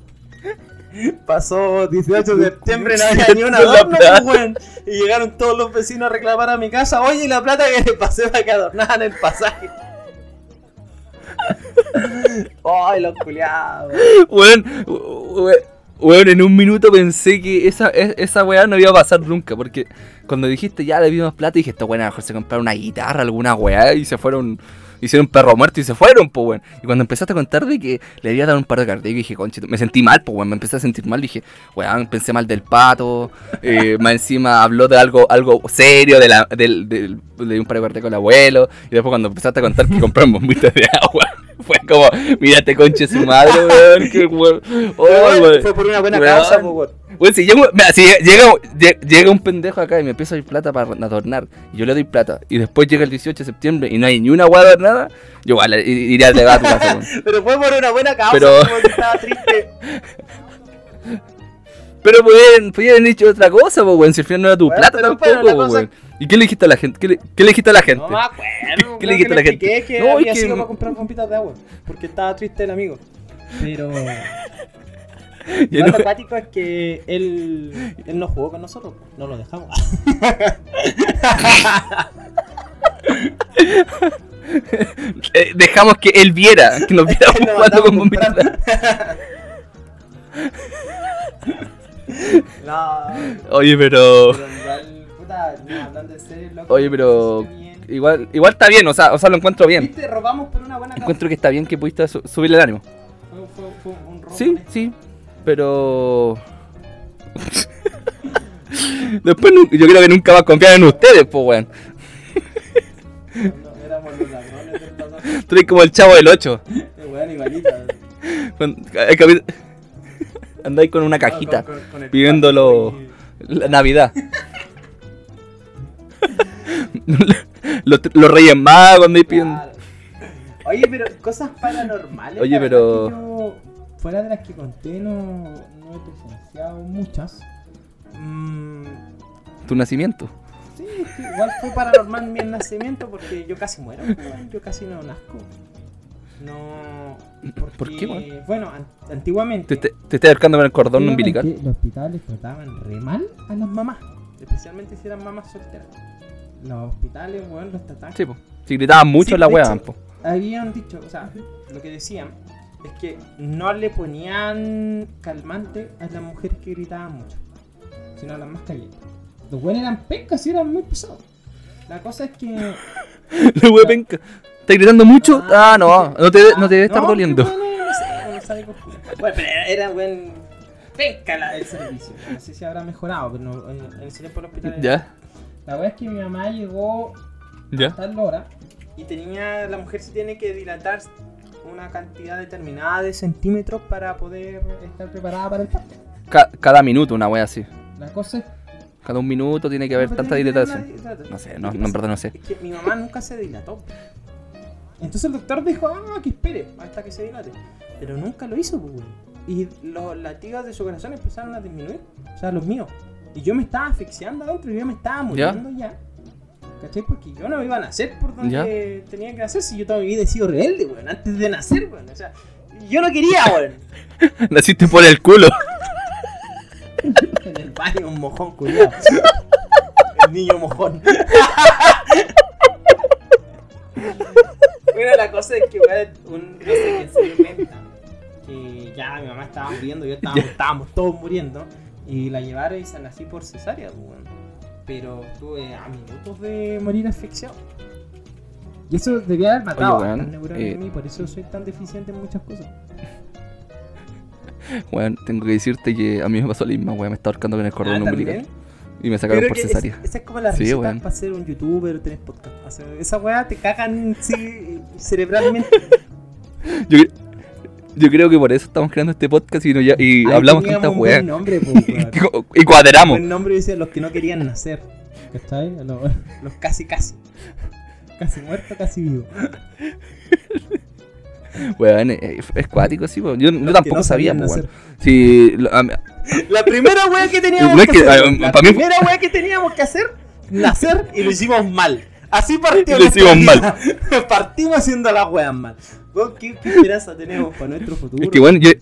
pasó dieciocho de septiembre, no había ni una adorno, weón. Y llegaron todos los vecinos a reclamar a mi casa, oye, y la plata que le pasé para que adornaran el pasaje. Ay, los culiados. Weón, weón, weón, en un minuto pensé que esa, esa weá no iba a pasar nunca, porque cuando dijiste ya le dimos plata, dije, esta weá mejor se compraron una guitarra, alguna weá, y se fueron, hicieron un perro muerto y se fueron, pues weón. Y cuando empezaste a contar de que le había dado un paro cardíaco, dije, conchito, me sentí mal, pues weón, me empecé a sentir mal, dije, weón, pensé mal del pato, eh, más encima habló de algo, algo serio, de la, del, del, de un paro cardíaco al abuelo, y después cuando empezaste a contar que compraron bombitas de agua, fue como, mírate conche su madre, weón, que weón. Oh, weón. Fue por una buena causa, pues weón. Weón, si, llega, mira, si llega, llega, llega un pendejo acá y me empieza a dar plata para adornar, y yo le doy plata, y después llega el dieciocho de septiembre y no hay ni una hueá adornada, yo igual well, iría a llegar a tu casa, weón. Pero fue por una buena causa, pero... porque estaba triste. Pero pudieran, pudieran dicho otra cosa, pues, weón, si al final no era tu bueno, plata tampoco, pues, cosa... weón. ¿Y qué le dijiste a la gente? ¿Qué le, qué le dijiste a la gente? No me acuerdo. ¿Qué le dijiste a la gente? Que no, había que... sido para comprar pompitas de agua, porque estaba triste el amigo. Pero... Lo no... simpático es que él, él no jugó con nosotros, no lo dejamos. eh, dejamos que él viera, que nos viera jugando con bombitas. No. Oye, pero... pero igual, puta, no, hablando de serio, loco, Oye, pero... Igual, igual está bien, o sea, o sea, lo encuentro bien. ¿Viste? Robamos por una buena causa. Encuentro que está bien que pudiste su subirle el ánimo. Fue, fue, fue un robo. Sí, sí. Pero... Después yo creo que nunca vas a confiar en ustedes, pues, weón. No, éramos los ladrones del pasaje. Tú eres como el chavo del ocho. Weón, igualito. Andáis con una cajita, no, con, con, con pidiéndolo y... la Navidad. los, los Reyes Magos andáis pidiendo. Claro. Oye, pero cosas paranormales. Oye, pero... Yo, fuera de las que conté, no, no he presenciado muchas. Mm, ¿Tu nacimiento? Sí, es que igual fue paranormal mi nacimiento porque yo casi muero, yo casi no nazco. No... Porque, ¿por qué, man? Bueno, an antiguamente... ¿Te, te, te estás acercando con el cordón umbilical? Los hospitales trataban re mal a las mamás, especialmente si eran mamás solteras. Los hospitales, weón, bueno, los trataban... Sí, pues. Si gritaban mucho sí, la weá, po. Habían dicho, o sea, lo que decían es que no le ponían calmante a las mujeres que gritaban mucho, sino a las más calientes. Los buenos eran pencas y eran muy pesados. La cosa es que... La wea penca. ¿Estás gritando mucho? Ah, ah no, no te, no te debe estar no, doliendo. Bueno, no sé, no sabe por qué. Bueno, pero era buen penca la, el servicio. No sé si habrá mejorado, pero no, en, en ese tiempo el hospital era... Ya. La wea es que mi mamá llegó ya. a tal hora y tenía, la mujer se tiene que dilatar una cantidad determinada de centímetros para poder estar preparada para el parto. Ca cada minuto una wea así. La cosa es... Cada un minuto tiene que haber no, tanta dilatación. dilatación. No sé, no, no, en verdad no sé. Es que mi mamá nunca se dilató. Entonces el doctor dijo, ah, que espere hasta que se dilate. Pero nunca lo hizo, pues, y los latidos de su corazón empezaron a disminuir. O sea, los míos. Y yo me estaba asfixiando adentro y yo me estaba muriendo ya. ya. ¿Cachai? Porque yo no iba a nacer por donde ¿Ya? tenía que nacer. Si yo toda mi vida he sido rebelde, weón, antes de nacer, weón. O sea, yo no quería, weón. Naciste por el culo. En el baño, un mojón, culiado. El niño mojón. Bueno, la cosa es que, weón, un, no sé quién se dio cuenta que ya mi mamá estaba muriendo, yo estábamos, estábamos todos muriendo. Y la llevaron y se nací por cesárea, weón. Pero estuve a minutos de morir asfixiado. Y eso debía haber matado Oye, a weón, las neuronas eh, en mí, por eso soy tan deficiente en muchas cosas. Weón, tengo que decirte que a mí me pasó la misma, weón. Me estaba ahorcando con el cordón Ah, umbilical. ¿también? Y me sacaron Creo por que es- cesárea. Esa es como la Sí, receta weón. para ser un youtuber o tener podcast. O sea, esa weá te cagan sí, cerebralmente. Yo, cre- yo creo que por eso estamos creando este podcast y, no ya, y Ahí hablamos teníamos tantas un buen weas. nombre, po, weón. Y cuadramos. Buen nombre dice los que no querían nacer. ¿Cachai? Los, los casi casi. Casi muerto, casi vivo. Weón, es, es cuático, sí, po. Yo, yo Los que tampoco no sabía, sabían po, weón. nacer. Sí, lo- a mí- La primera wea que teníamos No es que, que- hacer. ah, La para mí- primera wea que teníamos que hacer, nacer y lo hicimos mal. Así partimos. Lo hicimos nuestra vida. Partimos haciendo las weas mal. Weón, ¿Qué, qué esperanza tenemos para nuestro futuro? es que bueno, yo.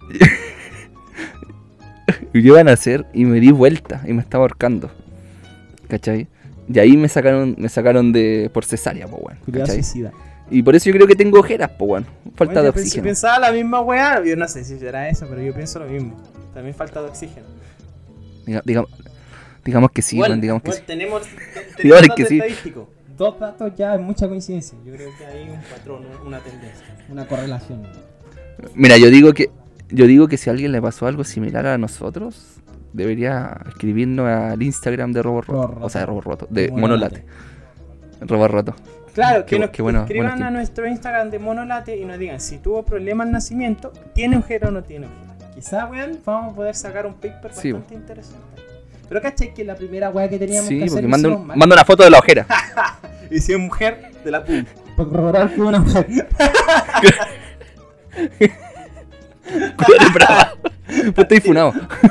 Yo iba a nacer y me di vuelta y me estaba ahorcando. ¿Cachai? Y ahí me sacaron, me sacaron de por cesárea, po, weón. Cuidado, ¿Cachai? suicida. Y por eso yo creo que tengo ojeras, po, weón. Falta Bueno, de yo pens- oxígeno. Pensaba la misma weá, yo no sé si será eso, pero yo pienso lo mismo. También falta de oxígeno. Diga- digamos, digamos que sí, Bueno, weón, digamos que bueno, sí. tenemos, te- Digamos tenemos que datos sí. estadísticos. Dos datos ya es mucha coincidencia. Yo creo que hay un patrón, un- una tendencia, una correlación. Mira, yo digo que yo digo que si a alguien le pasó algo similar a nosotros, debería escribirnos al Instagram de Robo Roto. Robo Roto. O sea, de Robo Roto, de Monolate. Monolate. Robo Roto. Claro, Qué que bu- nos qué bueno- escriban buenos a tiempos. nuestro Instagram de Monolate y nos digan si tuvo problema al nacimiento, ¿tiene ojera o no tiene ojera? Quizá, weón, vamos a poder sacar un paper Sí, bastante interesante. Pero cachai que la primera weá que teníamos Sí, que hacer porque manda, hicimos un- mal. manda una foto de la ojera. Y si es mujer, de la pum. Para corroborar que es una mujer. Eres brava. Pues estoy funado.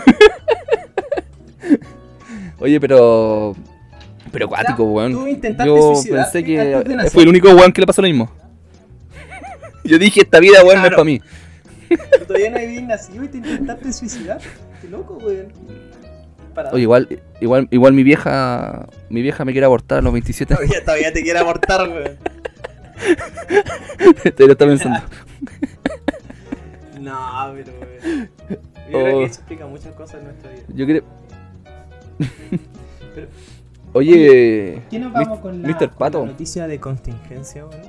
Oye, pero. Pero cuático, Ya, weón. tú intentaste Yo suicidarte pensé antes de que nacer. fue el único weón que le pasó lo mismo. Yo dije, esta vida, weón, no es Claro. para mí. Pero todavía no habías nacido y te intentaste suicidar. Qué loco, weón. Para- Oye, igual, igual, igual mi vieja. Mi vieja me quiere abortar a los veintisiete años. Todavía, todavía te quiere abortar, weón. Te lo está pensando. No, pero weón. Yo creo Oh. que eso explica muchas cosas en nuestra vida. Yo creo. Pero- Oye. ¿Qué nos vamos con la, mister con Pato. la noticia de contingencia, weón?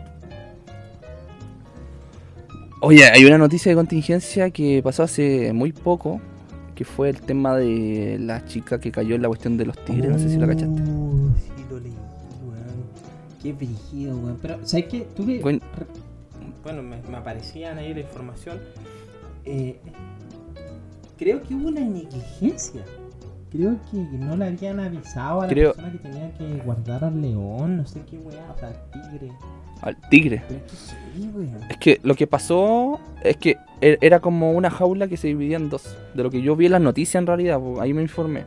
Oye, hay una noticia de contingencia que pasó hace muy poco. Que fue el tema de la chica que cayó en la cuestión de los tigres. No sé si la cachaste. Uh, sí, lo leí, weón. Qué brígido, weón. Pero, ¿sabes qué? Tuve. Bueno. Bueno, me, me aparecían ahí la información. Eh, creo que hubo una negligencia. Creo que no le habían avisado a la Creo- persona que tenía que guardar al león, no sé qué weá, o sea, al tigre. Al tigre. Pero es que sí, weón. Es que lo que pasó es que e- era como una jaula que se dividía en dos. De lo que yo vi en las noticias en realidad, pues, ahí me informé.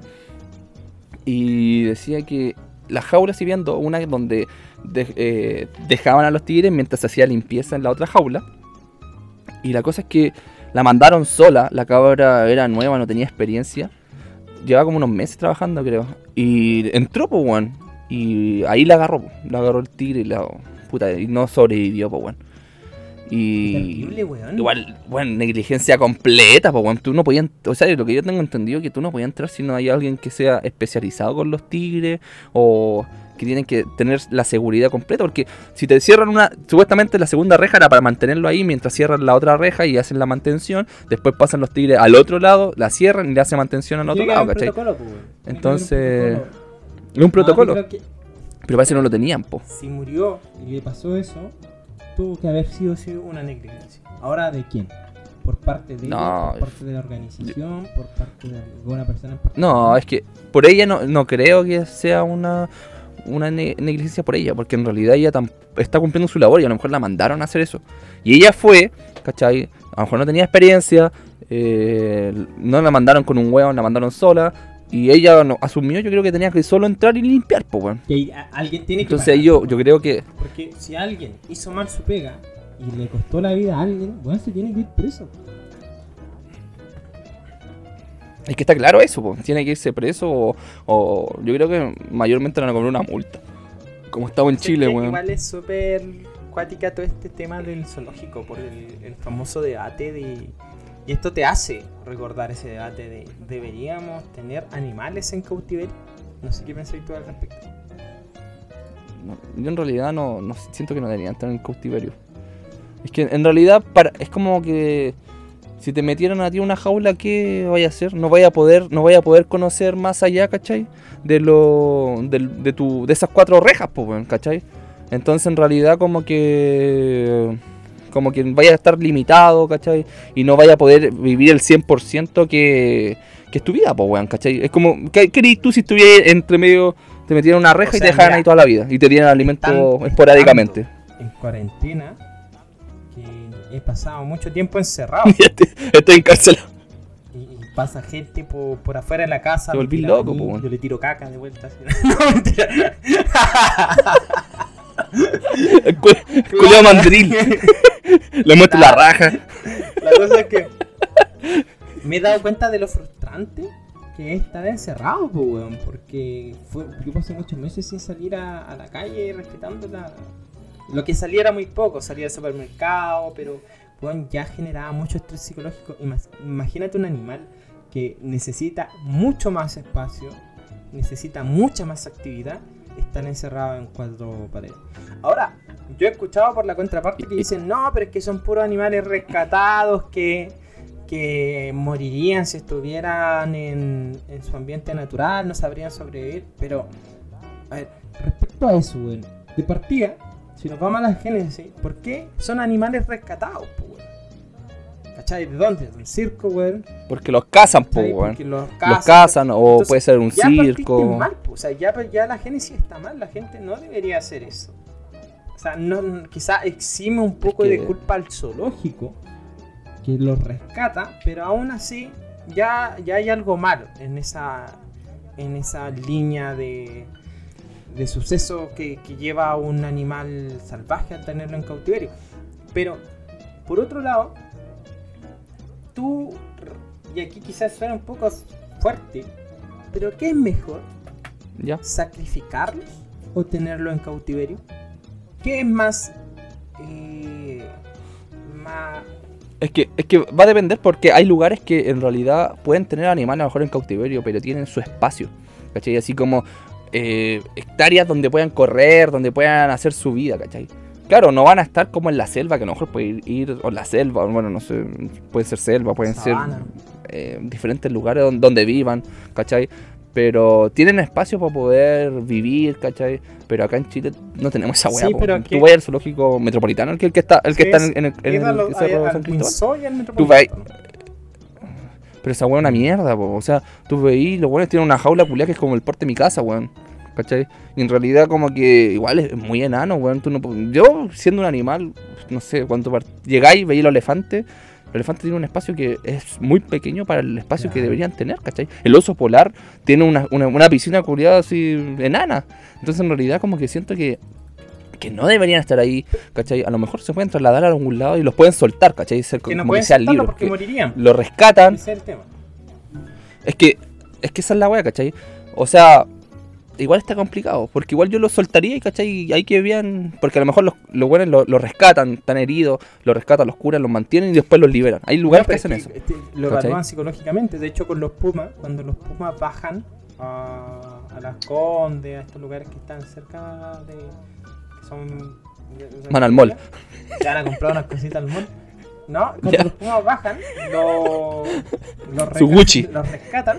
Y decía que las jaulas se dividían en dos. Una donde de- eh, dejaban a los tigres mientras se hacía limpieza en la otra jaula. Y la cosa es que la mandaron sola. La cabra era nueva, no tenía experiencia. Llevaba como unos meses trabajando, creo. Y entró, pues, weón. Y ahí la agarró, po. La agarró el tigre y la... Puta, y no sobrevivió, pues, weón. Y... Terrible, weón. Igual, bueno, negligencia completa, pues, weón. Tú no podías... O sea, lo que yo tengo entendido es que tú no podías entrar si no hay alguien que sea especializado con los tigres o que tienen que tener la seguridad completa. Porque si te cierran una... Supuestamente la segunda reja era para mantenerlo ahí mientras cierran la otra reja y hacen la mantención. Después pasan los tigres al otro lado, la cierran y le hacen mantención al otro Tiene que lado, haber un ¿cachai? protocolo, pues, weón. Tiene que Entonces... haber un protocolo. Es un protocolo. Ah, yo creo que Pero parece que no lo tenían, po. si murió y le pasó eso, tuvo que haber sido, sido una negligencia. ¿Ahora de quién? ¿Por parte de No, ella? ¿Por parte de la organización? ¿Por parte de alguna persona en particular? No, es que por ella no, no creo que sea una, una ne- negligencia por ella, porque en realidad ella tam- está cumpliendo su labor y a lo mejor la mandaron a hacer eso. Y ella fue, ¿cachai? A lo mejor no tenía experiencia, eh, no la mandaron con un hueón, la mandaron sola. Y ella no, asumió, yo creo que tenía que solo entrar y limpiar, pues, weón. Que a- alguien tiene que Entonces pagar, yo, po, yo creo que... porque si alguien hizo mal su pega y le costó la vida a alguien, bueno, se tiene que ir preso. Es que está claro eso, pues. Tiene que irse preso o, o yo creo que mayormente le van a cobrar una multa. Como estamos en Chile, Es que weón. Igual es súper cuática todo este tema del zoológico por el, el famoso debate de... Y esto te hace recordar ese debate de ¿deberíamos tener animales en cautiverio? No sé qué pensáis tú al respecto. no, yo en realidad no, no siento que no deberían estar en el cautiverio. Es que en realidad para, es como que si te metieran a ti en una jaula, ¿qué vaya a hacer? No vaya a poder, no vaya a poder conocer más allá, ¿cachai? De lo, de, de tu, de esas cuatro rejas, pues, ¿cachai? Entonces en realidad como que, como que vaya a estar limitado, ¿cachai? Y no vaya a poder vivir el cien por ciento que, que es tu vida, pues, weón, ¿cachai? Es como, ¿qué querías tú si estuvieras entre medio, te metieran en una reja, o sea, y te dejaran ahí toda la vida? Y te dieran alimento están, esporádicamente. En cuarentena, que he pasado mucho tiempo encerrado. Estoy encarcelado. Y, y pasa gente por, por afuera de la casa. Te volví loco, mí, po, yo le tiro caca de vuelta. Así. No, mentira. Culeado mandril. Le muestro la raja. La cosa es que me he dado cuenta de lo frustrante que es estar encerrado, po, weón. Porque fue, yo pasé muchos meses sin salir a, a la calle respetando la... Lo que salía era muy poco, salía al supermercado, pero bueno, ya generaba mucho estrés psicológico. Imagínate un animal que necesita mucho más espacio, necesita mucha más actividad, estar encerrado en cuatro paredes. Ahora, yo he escuchado por la contraparte que dicen, no, pero es que son puros animales rescatados que, que morirían si estuvieran en, en su ambiente natural, no sabrían sobrevivir. Pero, a ver, respecto a eso, bueno, de partida, si nos vamos a la génesis, ¿por qué son animales rescatados, po, weón? ¿Cachai? ¿De dónde? ¿De un circo, weón? Porque los cazan, po, weón. Los cazan, los cazan o entonces, puede ser un ya circo. Mal, po. O sea, ya, ya la génesis está mal, la gente no debería hacer eso. O sea, no, quizá exime un poco es que... de culpa al zoológico, que los rescata, pero aún así ya, ya hay algo malo en esa, en esa línea de... de suceso que, que lleva a un animal salvaje a tenerlo en cautiverio. Pero, por otro lado, tú, y aquí quizás suena un poco fuerte, pero ¿qué es mejor? ¿Ya? ¿Sacrificarlos o tenerlo en cautiverio? ¿Qué es más... Eh, más... Es que, es que va a depender porque hay lugares que en realidad pueden tener animales a lo mejor en cautiverio, pero tienen su espacio, ¿cachai? Así como... Eh, hectáreas donde puedan correr, donde puedan hacer su vida, ¿cachai? Claro, no van a estar como en la selva, que a lo mejor puede ir, ir o la selva, bueno, no sé, puede ser selva, pueden Sabana. ser eh, diferentes lugares donde, donde vivan, ¿cachai? Pero tienen espacio para poder vivir, ¿cachai? Pero acá en Chile no tenemos esa weá. Sí, tú que... vas al zoológico metropolitano, el que, el que está, el que sí, está en, en el, en el, el Cerro de San Cristóbal. Tú vas. Pero esa weá es una mierda, po. O sea, tú veís, los weones tienen una jaula culiada que es como el porte de mi casa, weón. ¿Cachai? Y en realidad como que igual es muy enano, weón. Tú no, yo, siendo un animal, no sé, cuando part... llegáis, veis los elefantes, el elefante tiene un espacio que es muy pequeño para el espacio claro. que deberían tener, ¿cachai? El oso polar tiene una, una, una piscina culiada así enana. Entonces en realidad como que siento que que no deberían estar ahí, ¿cachai? A lo mejor se pueden trasladar a algún lado y los pueden soltar, ¿cachai? Ser, que no como pueden que sean libres. Porque morirían. Lo rescatan. Ese es el tema. Es que, es que esa es la wea, ¿cachai? O sea, igual está complicado, porque igual yo los soltaría, ¿cachai? Y hay que vean, porque a lo mejor los, los buenos los, los rescatan, están heridos, los rescatan, los curan, los mantienen y después los liberan. Hay lugares no, que hacen que, eso. Este, lo ¿cachai? Evalúan psicológicamente, de hecho con los pumas, cuando los pumas bajan a, a Las Condes, a estos lugares que están cerca de... que son... Van al mall. Ya van a comprar unas cositas al mall. No, cuando ya. los pumas bajan, lo, los, rescatan, los rescatan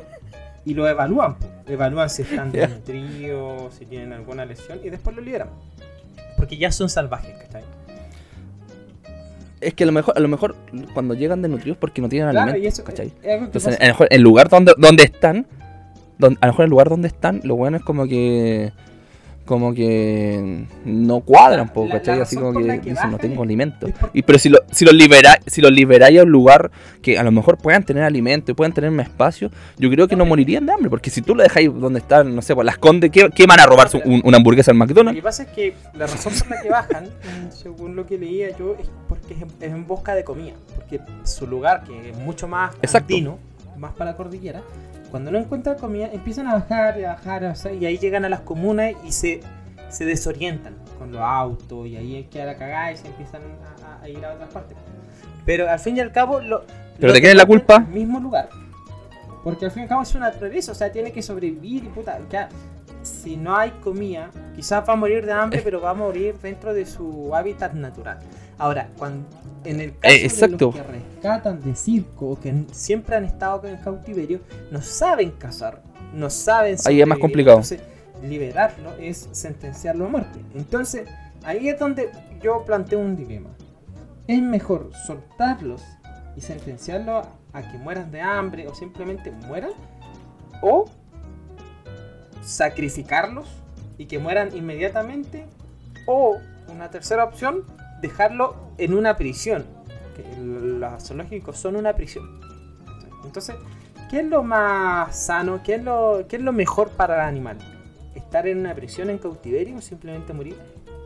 y lo evalúan. Evalúan si están yeah. desnutridos, si tienen alguna lesión y después lo liberan. Porque ya son salvajes, ¿cachai? Es que a lo mejor, a lo mejor cuando llegan desnutridos porque no tienen claro, alimento, eso, ¿cachai? Entonces, a lo mejor el lugar donde, donde están, donde, a lo mejor el lugar donde están, lo bueno es como que... como que no cuadran, po, ¿cachai? Así como que, que dicen, no tengo alimento. Y, pero si, lo, si los liberáis si los liberáis a un lugar que a lo mejor puedan tener alimento y puedan tener un espacio, yo creo que no morirían de hambre, porque si tú lo dejáis donde están, no sé, pues Las Condes, ¿qué, qué van a robarse un, una hamburguesa al McDonald's? Lo que pasa es que la razón por la que bajan, según lo que leía yo, es porque es en, es en busca de comida, porque su lugar, que es mucho más andino, más para la cordillera, cuando no encuentran comida, empiezan a bajar, a bajar, o sea, y ahí llegan a las comunas y se, se desorientan con los autos, y ahí queda la cagada y se empiezan a, a ir a otras partes. Pero al fin y al cabo, lo, ¿pero lo de quién es la culpa? El mismo lugar. Porque al fin y al cabo es una naturaleza, o sea, tiene que sobrevivir y puta, ya, si no hay comida, quizás va a morir de hambre, pero va a morir dentro de su hábitat natural. Ahora, cuando en el caso Eh, exacto. de los que rescatan de circo o que siempre han estado en cautiverio, no saben cazar, no saben Ahí es más sobrevivir. complicado. Entonces, liberarlo es sentenciarlo a muerte. Entonces, ahí es donde yo planteo un dilema. ¿Es mejor soltarlos y sentenciarlos a que mueran de hambre o simplemente mueran? ¿O sacrificarlos y que mueran inmediatamente? ¿O una tercera opción, dejarlo en una prisión? Que los zoológicos son una prisión. Entonces, ¿qué es lo más sano? ¿Qué es lo, qué es lo mejor para el animal? ¿Estar en una prisión en cautiverio o simplemente morir?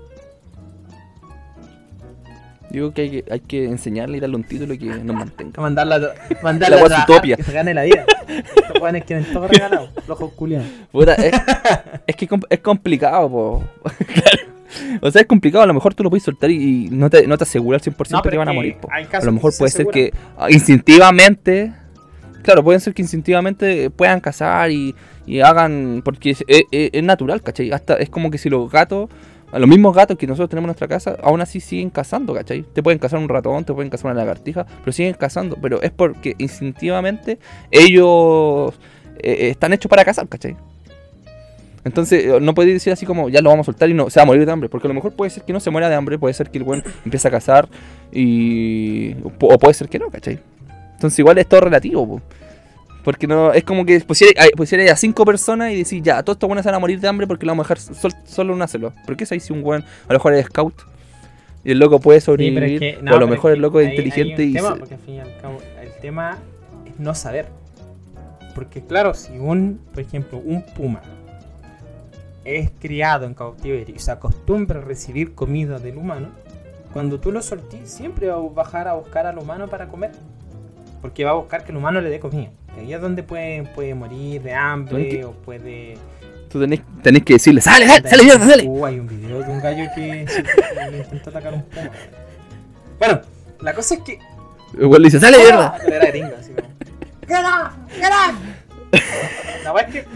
Digo que hay, que hay que enseñarle y darle un título que nos mantenga. Mandarla, mandarla La a wea trabajar, utopia. que se gane la vida. Estos jóvenes quieren todo regalado, flojos culiados. Puta, es, es que com- es complicado, po. Claro. O sea, es complicado. A lo mejor tú lo puedes soltar y, y no, te, no te asegura al cien por ciento No, pero que van a es que morir, po. hay A casos lo mejor que se puede ser aseguran. que ah, instintivamente. Claro, pueden ser que instintivamente puedan cazar y, y hagan. Porque es, es- es natural, ¿cachai? Hasta es como que si los gatos. A los mismos gatos que nosotros tenemos en nuestra casa, aún así siguen cazando, ¿cachai? Te pueden cazar un ratón, te pueden cazar una lagartija, pero siguen cazando. Pero es porque instintivamente ellos eh, están hechos para cazar, ¿cachai? Entonces eh, no puedes decir así como ya lo vamos a soltar y no se va a morir de hambre, porque a lo mejor puede ser que no se muera de hambre, puede ser que el buen empiece a cazar y o o puede ser que no, ¿cachai? Entonces igual es todo relativo, po. Porque no, es como que pusiera, ay, pusiera a cinco personas y decir, ya, todos estos buenos se van a morir de hambre porque lo vamos a dejar sol- solo un hacerlo. ¿Por qué si un buen, a lo mejor es scout y el loco puede Sí, pero sobrevivir? es que- o no, a lo pero mejor es el que loco es hay- inteligente hay un y tema, se- porque al fin y al cabo el tema es no saber. Porque claro, si un, por ejemplo, un puma es criado en cautiverio y se acostumbra a recibir comida del humano, cuando tú lo soltís siempre va a bajar a buscar al humano para comer. Porque va a buscar que el humano le dé comida. Que ahí es donde puede, puede morir de hambre o puede... tú tenés, tenés que decirle, sale, sale, sale, mierda, sale. Uh, hay un video de un gallo que se- que intentó atacar un puma. Bueno, la cosa es que... Igual le dice, sale, mierda. Pero era gringo, así como... ¡Get off! ¡Get off! La weá es que...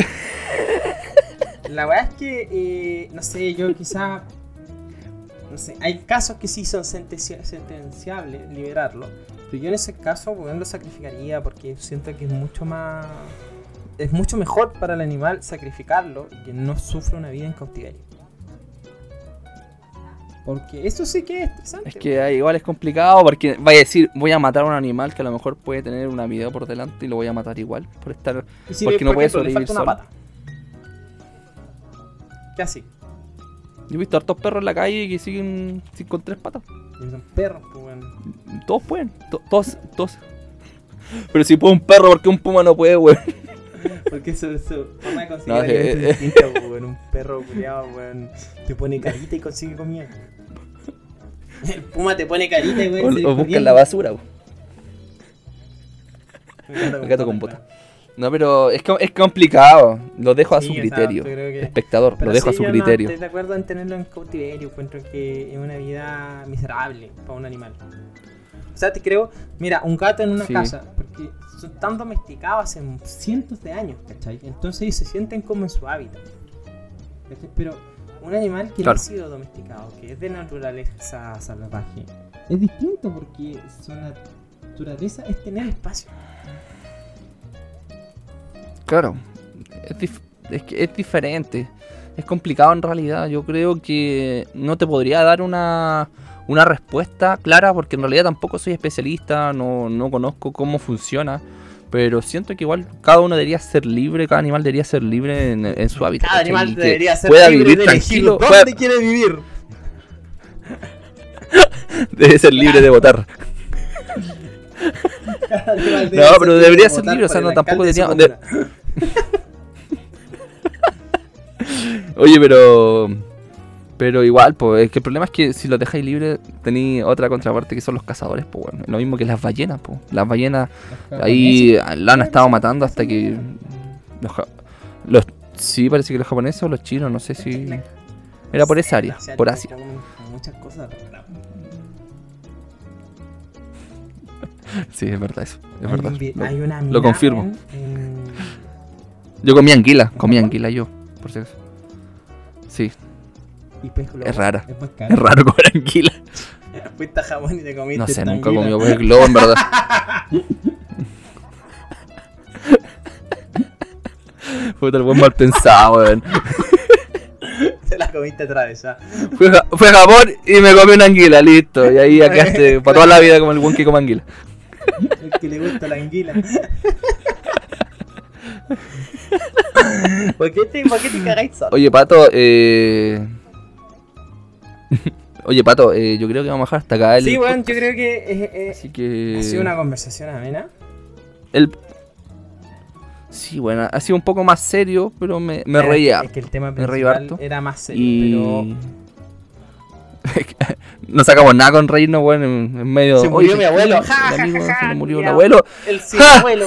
La weá es que... Eh, no sé, yo quizá... No sé, hay casos que sí son sentencia- sentenciables liberarlo. Pero yo en ese caso, bueno, lo sacrificaría porque siento que es mucho más... Es mucho mejor para el animal sacrificarlo y que no sufra una vida en cautiverio. Porque eso sí que es estresante. Es que ah, igual es complicado porque vaya a decir, voy a matar a un animal que a lo mejor puede tener una vida por delante y lo voy a matar igual por estar... Y si porque le- no por puede ejemplo, le sobrevivir falta una solo. pata. ¿Qué así? Yo he visto hartos perros en la calle que siguen, siguen con tres patas. Y son perros, pues bueno. Todos pueden, to- todos, todos. Pero si puede un perro, ¿por qué un puma no puede, weón? Porque su, su forma de conseguir No, alimento eh, es distinta, pues, weón. Un perro culiado, weón, te pone carita y consigue comida. El puma te pone carita y O, weón. o buscan la basura, weón. El gato con bota. No, pero es, co- es complicado. Lo dejo a Sí, su o sea, criterio. yo creo que- Espectador, Pero lo dejo sí, a su yo criterio. No estoy de acuerdo en tenerlo en cautiverio. Encuentro que es una vida miserable para un animal. O sea, te creo, mira, un gato en una Sí. casa, porque son tan domesticados hace cientos de años, ¿cachai? Entonces ellos se sienten como en su hábitat. ¿Cachai? Pero un animal que Claro. no ha sido domesticado, que es de naturaleza salvaje, es distinto porque su naturaleza es tener espacio. Claro, es, dif- es que es diferente. Es complicado en realidad. Yo creo que no te podría dar una, una respuesta clara porque en realidad tampoco soy especialista, no, no conozco cómo funciona. Pero siento que igual cada uno debería ser libre, cada animal debería ser libre en, en su hábitat. Cada ¿cachai? animal Y que debería ser pueda libre vivir de tranquilo. elegir pueda- dónde quiere vivir. debe ser libre de votar. Cada animal debe No, ser pero libre debería de ser votar libre, o sea, por el no, tampoco alcalde de su debería- de- comuna. Oye, pero. Pero igual, pues, es que el problema es que si los dejáis libres, tenéis otra contraparte que son los cazadores, pues, bueno. Lo mismo que las ballenas, pues. Las ballenas ahí la han estado matando hasta que. Los, ja- los sí, parece que los japoneses o los chinos, no sé si. Era por esa área, Asiático, por Asia. comen muchas cosas raras. Sí, es verdad eso. Es Hay verdad. un vi- Lo- hay una lo mina, confirmo. weón, en- Yo comía anguila, comía anguila yo. por si acaso. Sí, Y pez globo. es rara. Es más caro. Es raro comer anguila. Fuiste a Japón y te comiste No sé, esta nunca he anguila. comido pez globo, en verdad. Fue tal buen mal pensado, weón. Te la comiste atravesada. Fui a, fui a Japón y me comí una anguila, listo. Y ahí ya quedaste para toda la vida como el buen que come anguila. El que le gusta la anguila. ¿Por qué te, por qué te cagáis solo? Oye, Pato, eh... Oye, Pato, eh, yo creo que vamos a dejar hasta acá el Sí, bueno, podcast. yo creo que eh, eh, Así que... ha sido una conversación amena. El... Sí, bueno, ha sido un poco más serio, pero me, me Era- reía. Es que el tema Me reí principal harto. era más serio, Y... no sacamos nada con reírnos, bueno, en, en medio... Se murió Oye, mi abuelo. el Ja, ja, amigo, ja, se ja, le murió el culiao. abuelo. pero... El sin abuelo.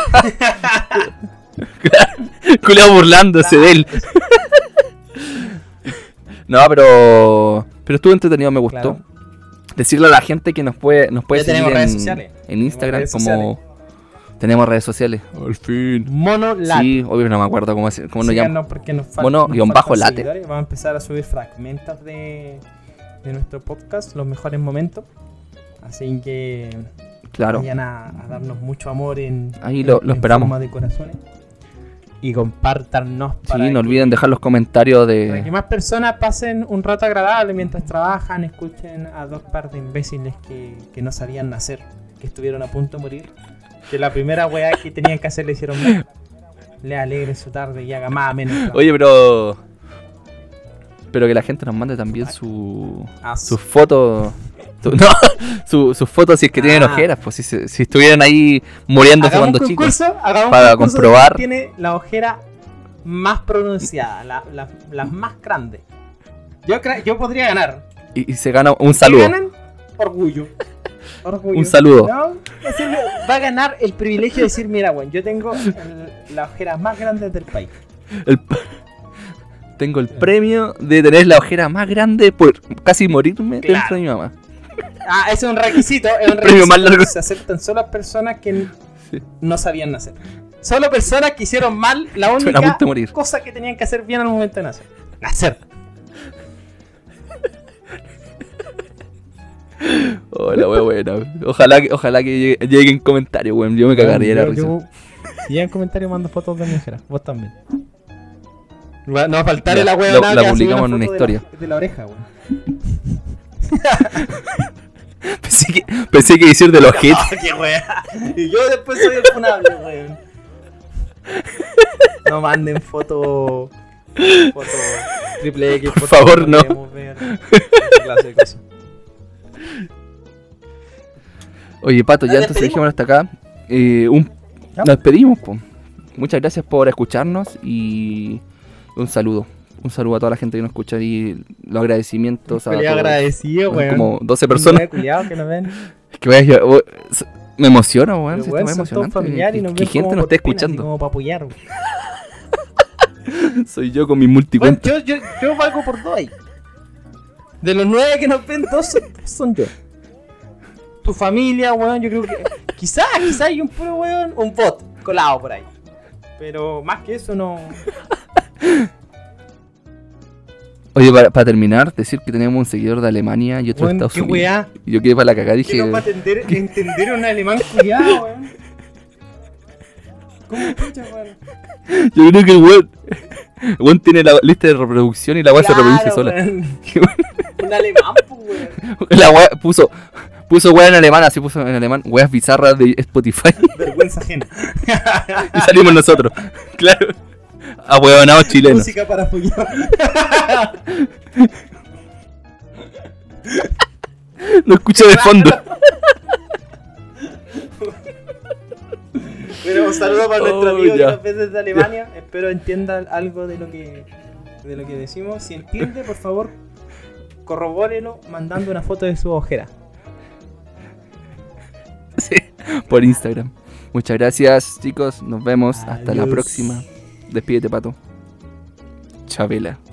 Culeado burlándose de él. No, pero... Pero estuvo entretenido, me gustó. Claro. Decirle a la gente que nos puede, nos puede Ya tenemos seguir redes en, sociales. en Tenemos Instagram redes como... Tenemos redes sociales. Al fin. Mono Late. Sí, obvio no me acuerdo cómo, es- cómo nos llaman. Síganos porque nos falta, Mono nos guión faltan bajo late. seguidores. Vamos a empezar a subir fragmentos de, de nuestro podcast, los mejores momentos. Así que Claro. vayan a, a darnos mucho amor en, Ahí lo- en- lo en esperamos. forma de corazones. Y compártanos Sí, para, no que, olviden dejar los comentarios para que de... más personas pasen un rato agradable mientras trabajan, escuchen a dos par de imbéciles que, que no sabían nacer, que estuvieron a punto de morir. Que la primera weá que tenían que hacer le hicieron mal. Le alegre su tarde y haga más menos. trabajo. Oye, pero... Pero que la gente nos mande también su... Ah, sus fotos... su- no, su- sus fotos si es que tienen Ah. ojeras, pues si, se- si estuvieran ahí muriéndose Hagamos cuando un chicos. concurso, hagamos para un concurso de comprobar. quién tiene la ojera más pronunciada, la, la, la más grande. Yo, cre- yo podría ganar. Y, y se gana un ¿Qué saludo. ganan? Orgullo. Orgullo. Un saludo. ¿No? Así que va a ganar el privilegio de decir, mira, weón, yo tengo el- la ojera más grande del país. El- Tengo el premio de tener la ojera más grande por casi morirme Claro. dentro de mi mamá. Ah, ese es un requisito. Es un Premio requisito más largo. que se aceptan solo las personas que Sí. no sabían nacer. Solo personas que hicieron mal la Suena a única punto de morir. cosa que tenían que hacer bien al momento de nacer. Nacer. Hola, wea buena. Ojalá que, ojalá que llegue- lleguen comentarios, weón. Yo me cagaría de la Yo- risa. yo- Si llegan comentarios, mando fotos de mi ojera. Vos también. Va- No va a faltar Ya, la lo- wea la publicamos en una historia. De la, de la oreja, weón. Pensé que, pensé que decir del ojete. Ah, qué wea. Y yo después soy el funable, weón. No manden foto. Foto triple X. Por favor, no. queremos ver esa clase de cosas. Oye, Pato, ya ¿Nos entonces despedimos? dijimos hasta acá. Eh, un, ¿Ya? nos despedimos, po. Muchas gracias por escucharnos y un saludo. Un saludo a toda la gente que nos escucha y los agradecimientos a Culiao todos. agradecido, Son weón. como doce personas. Un culiao que nos ven. Que voy a decir, oh, s- me emociono, weón. Pero, Si weón, esto son es todos emocionante. familiares y Que, nos que ven gente como nos por esté pena, así escuchando. como para apoyar, weón. Soy yo con mi Bueno, multicuenta. yo, yo, yo valgo por dos ahí. De los nueve que nos ven, dos son, dos son yo. Tu familia, weón, yo creo que. Quizás, quizás hay un puro weón, un bot colado por ahí. Pero más que eso no. Oye, para, para terminar, decir que tenemos un seguidor de Alemania y otro Weón, de Estados qué Unidos. weá. Y yo quedé para la cagada, Que dije. no va a entender, entender un alemán culiado, weón. ¿Cómo escucha, weón? Yo creo que el weón. El weón tiene la lista de reproducción y la weá se reproduce sola. weón. Qué weón. Un alemán, pues, weón. La weá puso. Puso weá en alemán, así puso en alemán. Weas bizarras de Spotify. Vergüenza ajena. Y salimos nosotros. Claro. Ahueonados chilenos. Música para apoyar. Lo escucho de fondo. Bueno, un saludo para nuestro Oh, amigo ya. que nos ve desde Alemania. Espero entienda algo de lo que de lo que decimos. Si entiende, por favor, corrobórelo mandando una foto de su ojera. Sí, por Instagram. Muchas gracias, chicos. Nos vemos. Hasta la Adiós. próxima. Despídete, Pato. Chabela.